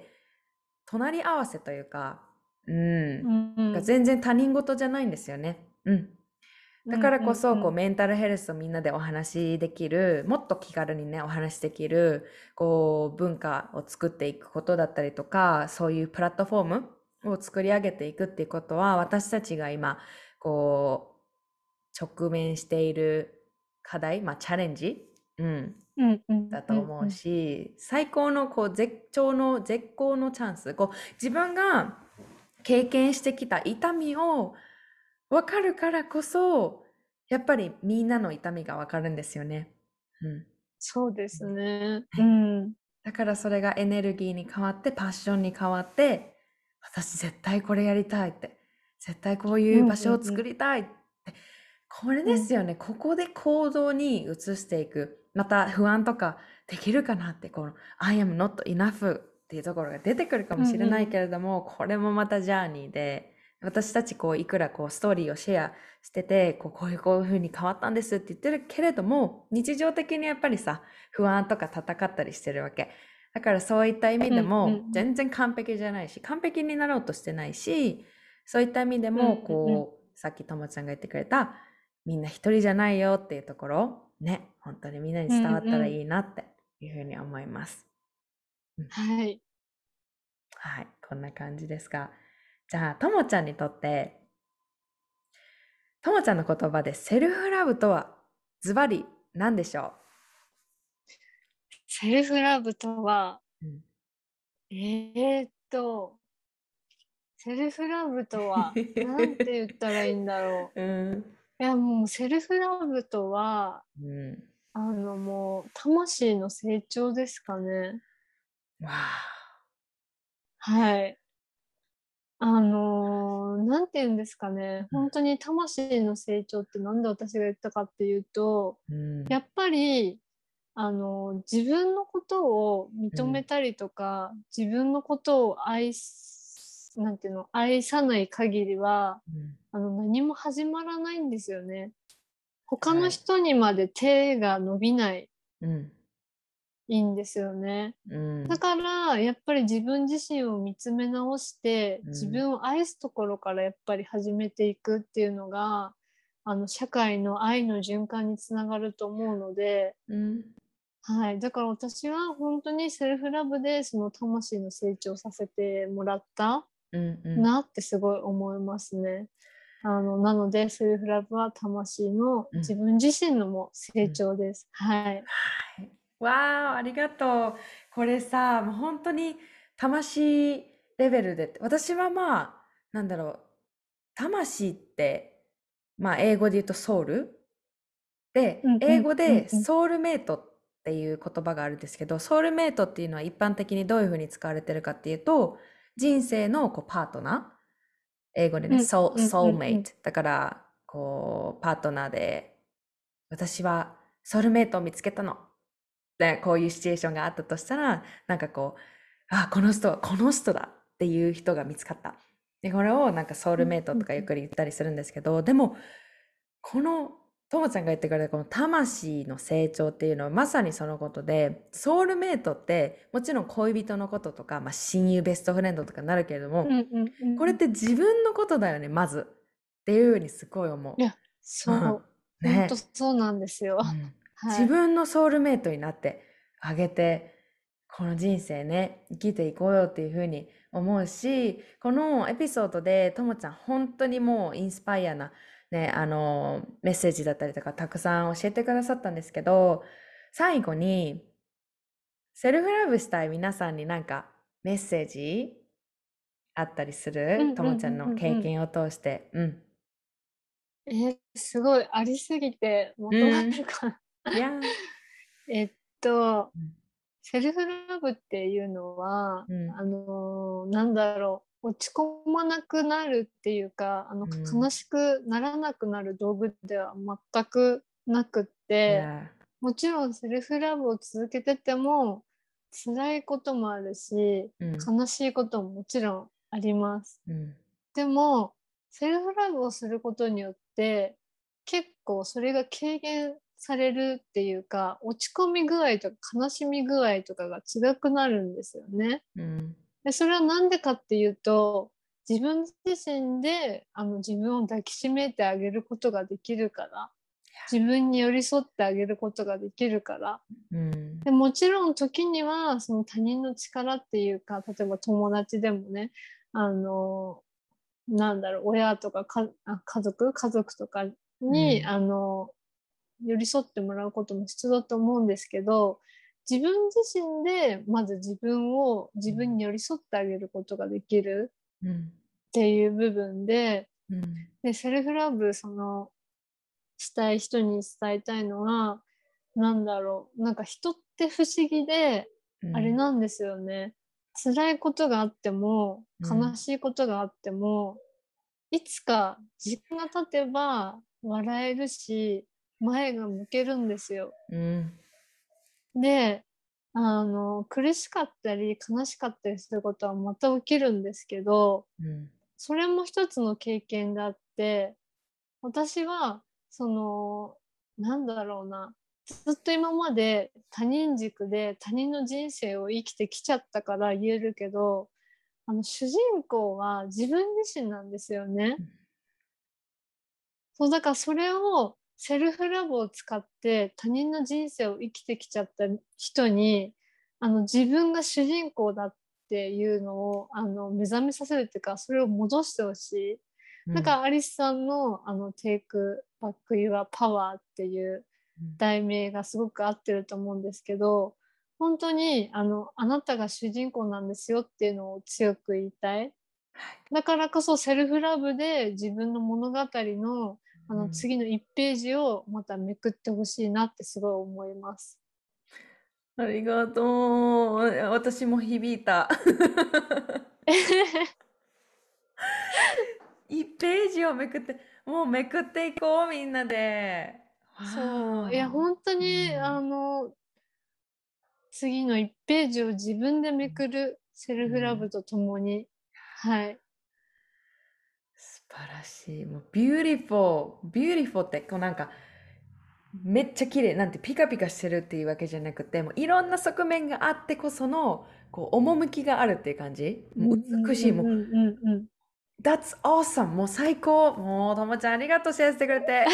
隣り合わせというか、 うん。 全然他人事じゃないんですよね。うん。 だからこそ、こう、 うんうんメンタルヘルスをみんなでお話しできる、もっと気軽にね、お話しできる、こう、文化を作っていくことだったりとか、そういうプラットフォームを作り上げていくっていうことは、私たちが今、こう、直面している課題、まあ、チャレンジ、 うんうんだと思ううんうんし、最高の、こう、絶好のチャンス、こう、自分が経験してきた痛みを分かるからこそ、やっぱりみんなの痛みが分かるんですよね。うん。 そうですね。うん。 だからそれがエネルギーに変わって、パッションに変わって、私絶対これやりたいって、絶対こうういう場所をんうんうん。 作りたいって、これうん。 ですよね。ここで行動に移していく。また不安とかできるかなって、この I am not enough っていうところが出てくるかもうんうん。 しれないけれども、これもまたジャーニーで、私たちこういくらこうストーリーをシェアしてて、こういう風に変わったんですって言ってるけれども、日常的にやっぱりさ、不安とか戦ったりしてるわけ。だからそういった意味でうんうんうも、 ん。 全然完璧じゃないし、完璧になろうとしてないし、そういった意味でうんも、 うんうん。 こう、さっきともちゃんが言ってくれた、みんな一人じゃないよっていうところ、ね、本当にみんなにうん伝わったらうん。 いいなっていうふうに思います。うん、 はい。 はい、こんな感じですが。じゃあ、ともちゃんにとって、ともちゃんの言葉でセルフラブとはズバリ何でしょセルフラブとは、 う？うん。 えーっと、セルフラブとは、なんて言ったらいいんだろうん。 う。いや、もうセルフラブとは、 うん。 もう、魂の成長ですかね。 わあ。 はい。なんて言うんですかね。本当に魂の成長ってなんで私が言ったかっていうと、 うん。 やっぱり、自分のことを認めうん。 たりとか、自分のことをなんていうの、愛さない限りは、 うん。 何も始まらないんですよね。他のはい。 人にまで手が伸びないうん。 いんですよね。 うん。 だから、やっぱり自分自身を見つめ直して、自うん。 分を愛すところからやっぱり始めていくっていうのが、社会の愛の循環につながると思うので、 うん。 はい。だから私は本当にセルフラブでその魂の成長させてもらったうん。うん。 なってすごい思いますね。なのでセルフラブは魂のうん。 自分自身のも成うん。 長です。はい。 はい。わあ、ありがとう。これさ、もう本当に魂レベルで、私はまあ、なんだろう、魂って、まあ、英語で言うとソウルで、 うんうん英語うんうん。 でソウルメイトっていう言葉があるんですけど、ソウルメイトっていうのは一般的にどういうふうに使われてるかっていうと、人生のこうパートナー、英語でね、 うんうんうんうん。 ソウルメイト。だから、こう、パートナーで、私はソウルメイトを見つけたの。で、こういうシチュエーションがあったとしたら、なんかこう、あ、この人はこの人だっていう人が見つかった。で、これをなんかソウうんルメイトうんうん。 とかよく言ったりするんですけど、でも、この、ともちゃんが言ってくれたこの魂の成長っていうのはまさにそのことで、ソウルメイトってもちろん恋人のこととか、まあ親友ベストフレンドとかになるけれども、 うんうんうん。 これって自分のことだよね、まず。っていうふうにすごい思いや、 う。うん。 そう。本当ね。 そうなんですよ。 うん。自はい。 分のソウルメイトになってあげて、この人生ね、生きていこうよっていうふうに思うし、このエピソードでともちゃん本当にもうインスパイアなね、メッセージだったりとかたくさん教えてくださったんですけど、最後にセルフラブしたい皆さんになんかメッセージあったりする？ うんうんうともちゃんのんうんうん。 経験を通して。うん。 すごいありすぎてまとまうん。 るかな。 いやー。 えっと、 うん。 セルフラブっていうのは、 うん。 なんだろう、落ち込まなくなるっていうか、 うん。 悲しくならなくなる道具では全くなくって、 いやもちろんセルフラブを続けてても、辛いこともあるし、 ー。うん。 悲しいことももちろんあります。 うん。 でも、セルフラブをすることによって、結構それが軽減されるっていうか、落ち込み具合とか悲しみ具合とかが違くなるんですよね。 うん。 で、それはなんでかっていうと、 自分自身で自分を抱きしめてあげることができるから、自分に寄り添ってあげることができるから。 うん。 でもちろん時にはその他人の力っていうか、例えば友達でもね、あのなんだろう、親とか家族とかに、 うん。 寄り添ってもらうことも必要だと思うんですけど、自分自身でまず自分に寄り添ってあげることができるうん。 っていう部分で、 うん。 で、セルフラブ、したい人に伝えたいのは、なんだろう、なんか人って不思議で、あれうん。 なんですよね。辛いことがあっても、 うん。 悲しいことがあっても、いつか時間が経てば笑えるし、前が向けるんですよ。 うん。 で、苦しかったり悲しかったりすることはまた起きるんですけど、 うん。 それも一つの経験であって、私は、なんだろうな、ずっと今まで他人軸で他人の人生を生きてきちゃったから言えるけど、主人公は自分自身なんですよね。そう、だからそれをセルフラブを使って他人の人生を生きてきちゃった人に、自分が主人公だっていうのを、目覚めさせるっていうか、それを戻してほしい。 うん。 だからアリスさんのTake Back Your Power っていう題名がすごく合ってると思うんですけど、本当にあなたが主人公なんですよっていうのを強く言いたい。だからこそセルフラブで自分の物語のうん。 次の1ページをまためくってほしいなってすごい思います。 ありがとう。私も響いた。1ページをめくって、もうめくっていこう、みんなで。 そう。 わいや、本当ー。うに、 ん。 次の1ページを自分でめくるセルフラブうん。 とともに。はい。 素晴らしい。もう、ビューティフォー。ビューティフォーって、こうなんか、めっちゃ綺麗、なんてピカピカしてるっていうわけじゃなくて、もういろんな側面があってこその、こう、趣があるっていう感じ。もううんうん美しい。もう、 うんうんうんうん。 That's awesome! もう最高。もう、ともちゃんありがとう、シェアしてくれて。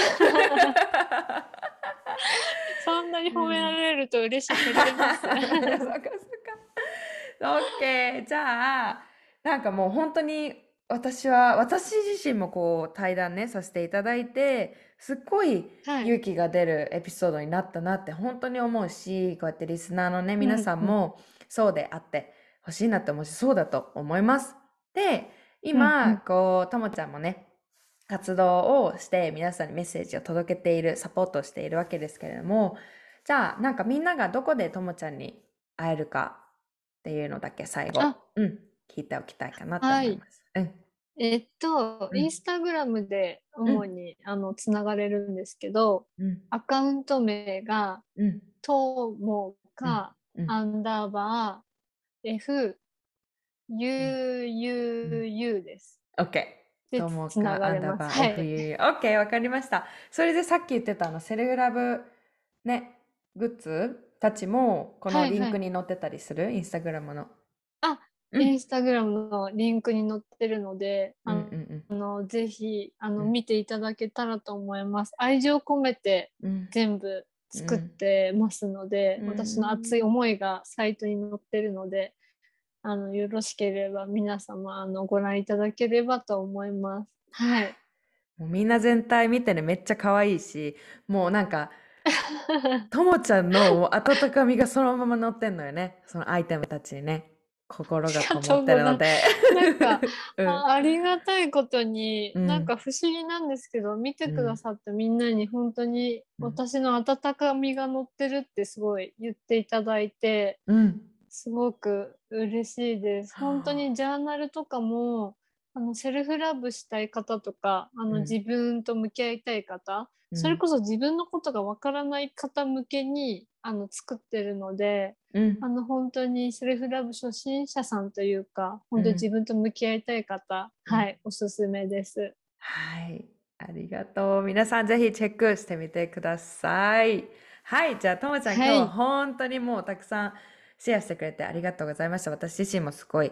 そんなに褒めらうん。 れると嬉しい。照れます。 そっかそっか。オッケー。じゃあ、なんかもう本当に私自身もこう対談ね、させていただいて、すっごいはい。 勇気が出るエピソードになったなって本当に思うし、こうやってリスナーのね、 う皆んうんさんもそうであってほしいなって思うし、そうだと思います。で、今、 うんうん。 こう、ともちゃんもね、活動をして皆さんにメッセージを届けている、サポートをしているわけですけれども、じゃあ、なんかみんながどこでともちゃんに会えるかっていうのだけ最後、 あ、 聞いておきたいかなってはい。 思います。うん。 インうん。 スタグラムでうん。 主につながれるんですけど、 うん。 アカウント名がうん。 ともうん。 かうん。 アンダーバーうん。うん。 FUUU です。 OK。 で、 ともつなかがれます。 アンダーバーはい。 FU。OK、わかりました。それでさっき言ってたセルフラブね、グッズたちもこのリンクはいはい。 に載ってたりするインスタグラムの。 あ、 うん。 インスタグラムのリンクに載ってるので、 うんうんぜひ、 うん。 見ていただけたらと思います。愛情込めてうん。 全部作っうん。 てますので、 う私の熱いん。 思いがサイトに載ってるので、よろしければ皆様、ご覧いただければと思います。はい。 もうみんな全体見てね、めっちゃ可愛いし、もうなんか、ともちゃんのもう温かみがそのまま乗ってんのよね。そのアイテムたちにね。心がありがこもってとうございます。 るので。 なんか、 うん。 ありがたいことに、 うん。 なんか不思議なんですけど、見てくだうん。 さったみんなに本当にうん。 私の温かみが乗ってるってすごい言っていただいて、 うん。 すごく嬉しいです。本当はあ。 にジャーナルとかも、セルフラブしたい方とか、 うん。 自分と向き合いたい方、 うん。 それこそ自分のことがわからない方向けに、作ってるので、 うん。 本当にセルフラブ初心者さんというか、本当に自うん。 分と向き合いたい方、 うん。 はい、おすすめです。 はい。ありがとう。皆さんぜひチェックしてみてください。はい。じゃあ、ともちゃん今日ははい。 本当にもうたくさんシェアしてくれてありがとうございました。私自身もすごい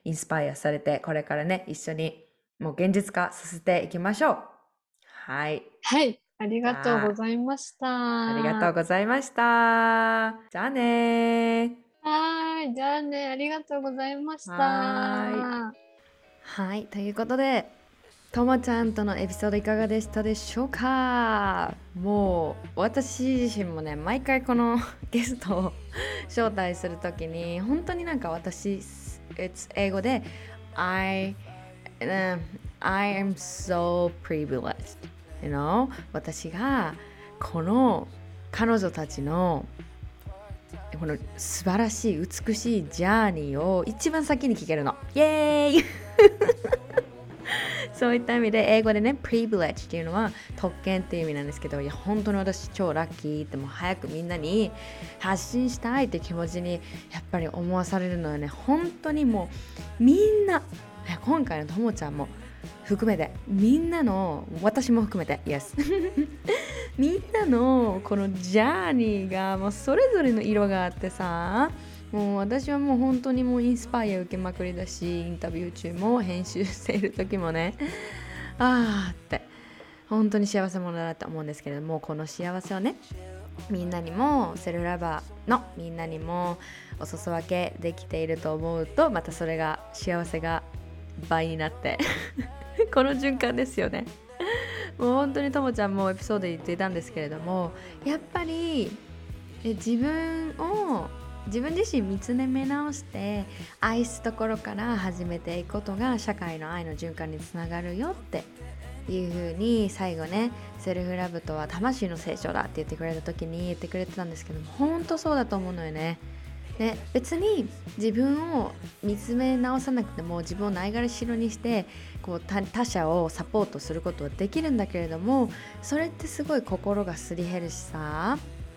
インスパイアされて、これからね、一緒にもう現実化させていきましょう。はい。 はい、ありがとうございました。 ありがとうございました。じゃあねはい、じゃあね、ありがとうございましはた。 はい、ということで、ともちゃんとのエピソードいかがでしたでしょうか。もう私自身もね、毎回このゲストを招待するときに本当になんか私、英語で I am so privileged,私がこの彼女たちのこの素晴らしい美しいジャーニーを一番先に聞けるの。イエーイそういった意味で英語でね、privilege っていうのは特権っていう意味なんですけど、いや本当に私超ラッキーってもう早くみんなに発信したいって気持ちにやっぱり思わされるのよね。本当にもうみんな、今回のともちゃんも含めて、みんなの、私も含めて Yes みんなのこのジャーニーがもうそれぞれの色があってさ、もう私はもう本当にもうインスパイア受けまくりだし、インタビュー中も編集している時もね、あーって本当に幸せ者だなと思うんですけれども、この幸せをね、みんなにも、セルラバーのみんなにもお裾分けできていると思うと、またそれが幸せが倍になってこの循環ですよね。もう本当にともちゃんもエピソードで言っていたんですけれども、やっぱり自分自身見つめ直して愛すところから始めていくことが社会の愛の循環につながるよっていう風に最後ね、セルフラブとは魂の成長だって言ってくれた時に言ってくれてたんですけども、本当そうだと思うのよね。で、別に自分を見つめ直さなくても自分をないがらしろにしてこう他者をサポートすることはできるんだけれども、それってすごい心がすり減るしさ、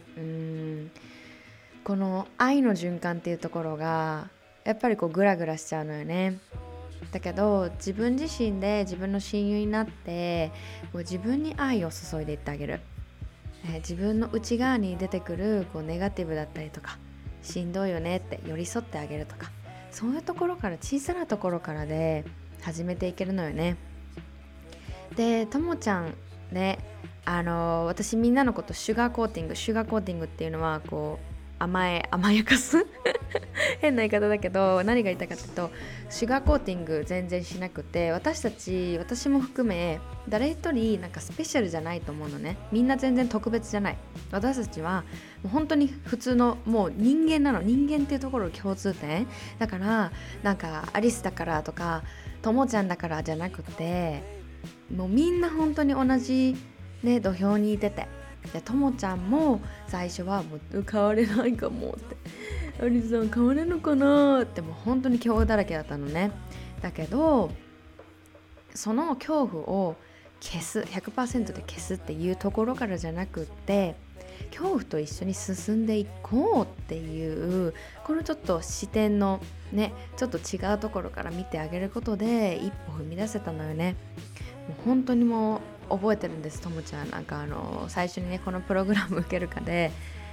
この愛の循環っていうところがやっぱりこうグラグラしちゃうのよね。だけど自分自身で自分の親友になってこう自分に愛を注いでいってあげる、自分の内側に出てくるこうネガティブだったりとか、しんどいよねって寄り添ってあげるとか、そういうところから、小さなところからで始めていけるのよね。で、ともちゃんね、私みんなのことシュガーコーティングっていうのはこう甘やかす変な言い方だけど、何が言いたいかというと、シュガーコーティング全然しなくて、私も含め誰一人なんかスペシャルじゃないと思うのね。みんな全然特別じゃない。私たちはもう本当に普通のもう人間なの。人間っていうところ共通点だから、なんかアリスだからとかともちゃんだからじゃなくて、もうみんな本当に同じね、土俵にいてて、でともちゃんも最初はもう変われないかもって、アリスさん変われるのかなって、もう本当に恐怖だらけだったのね。だけどその恐怖を消す、 100% で消すっていうところからじゃなくって、恐怖と一緒に進んでいこうっていう、このちょっと視点のね、ちょっと違うところから見てあげることで一歩踏み出せたのよね。もう本当にもう覚えてるんです。ともちゃんなんか最初にね、このプログラム受けるかで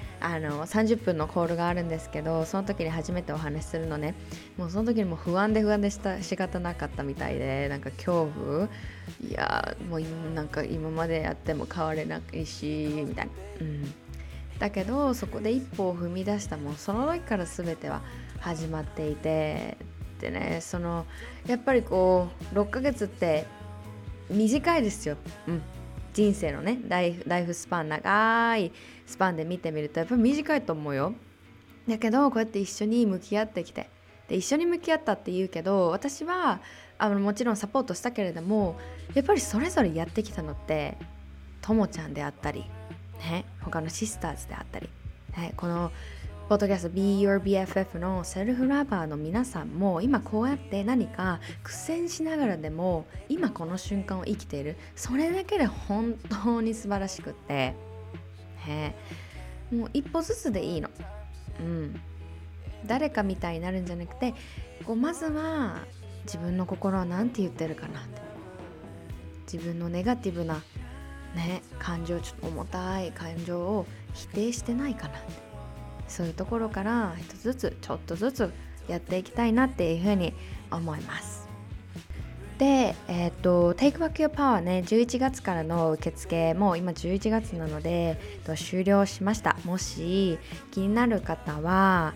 30分のコールがあるんですけど、その時に初めてお話しするのね。もうその時にも不安で仕方なかったみたいで、なんか恐怖、いやもうなんか今までやっても変われないしみたいな、だけどそこで一歩を踏み出した、もうその時から全ては始まっていて、でね、やっぱりこう6ヶ月って短いですよ、人生のね、ライフスパン、長いスパンで見てみるとやっぱり短いと思うよ。だけどこうやって一緒に向き合ってきて、で一緒に向き合ったって言うけど、私はもちろんサポートしたけれども、やっぱりそれぞれやってきたのってともちゃんであったり、ね、他のシスターズであったり、ね、このポッドキャスト Be Your BFF のセルフラバーの皆さんも今こうやって何か苦戦しながらでも今この瞬間を生きている、それだけで本当に素晴らしくって、もう一歩ずつでいいの。誰かみたいになるんじゃなくて、こうまずは自分の心は何て言ってるかなって、自分のネガティブな感情、ちょっと重たい感情を否定してないかなって、そういうところから一つずつちょっとずつやっていきたいなっていうふうに思います。で、Take Back Your Power ね、11月からの受付もう今11月なので終了しました。もし気になる方は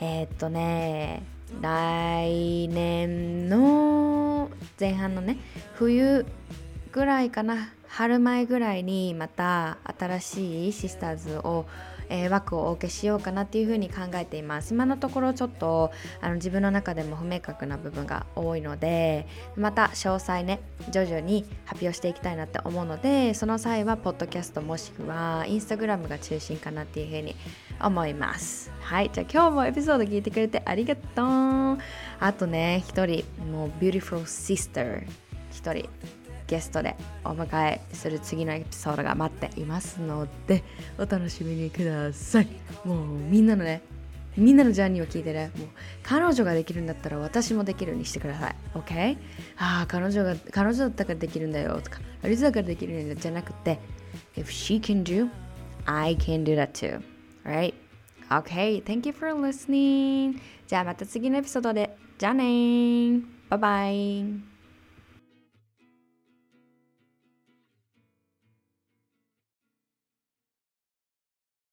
来年の前半のね、冬ぐらいかな、春前ぐらいにまた新しいシスターズを、枠をお受けしようかなっていうふうに考えています。今のところちょっと自分の中でも不明確な部分が多いので、また詳細ね徐々に発表していきたいなって思うので、その際はポッドキャストもしくはインスタグラムが中心かなっていうふうに思います。はい、じゃあ今日もエピソード聞いてくれてありがとう。あとね、一人もう Beautiful Sister 一人ゲストでお迎えする次のエピソードが待っていますので、お楽しみにください。もうみんなのジャーニーを聞いてね、もう彼女ができるんだったら私もできるようにしてください。 OK？ 彼女だったからできるんだよとか、あれだからできるんだじゃなくて、 If she can do, I can do that too. Alright? Okay, thank you for listening. じゃあまた次のエピソードで。じゃあねー。バイバイ。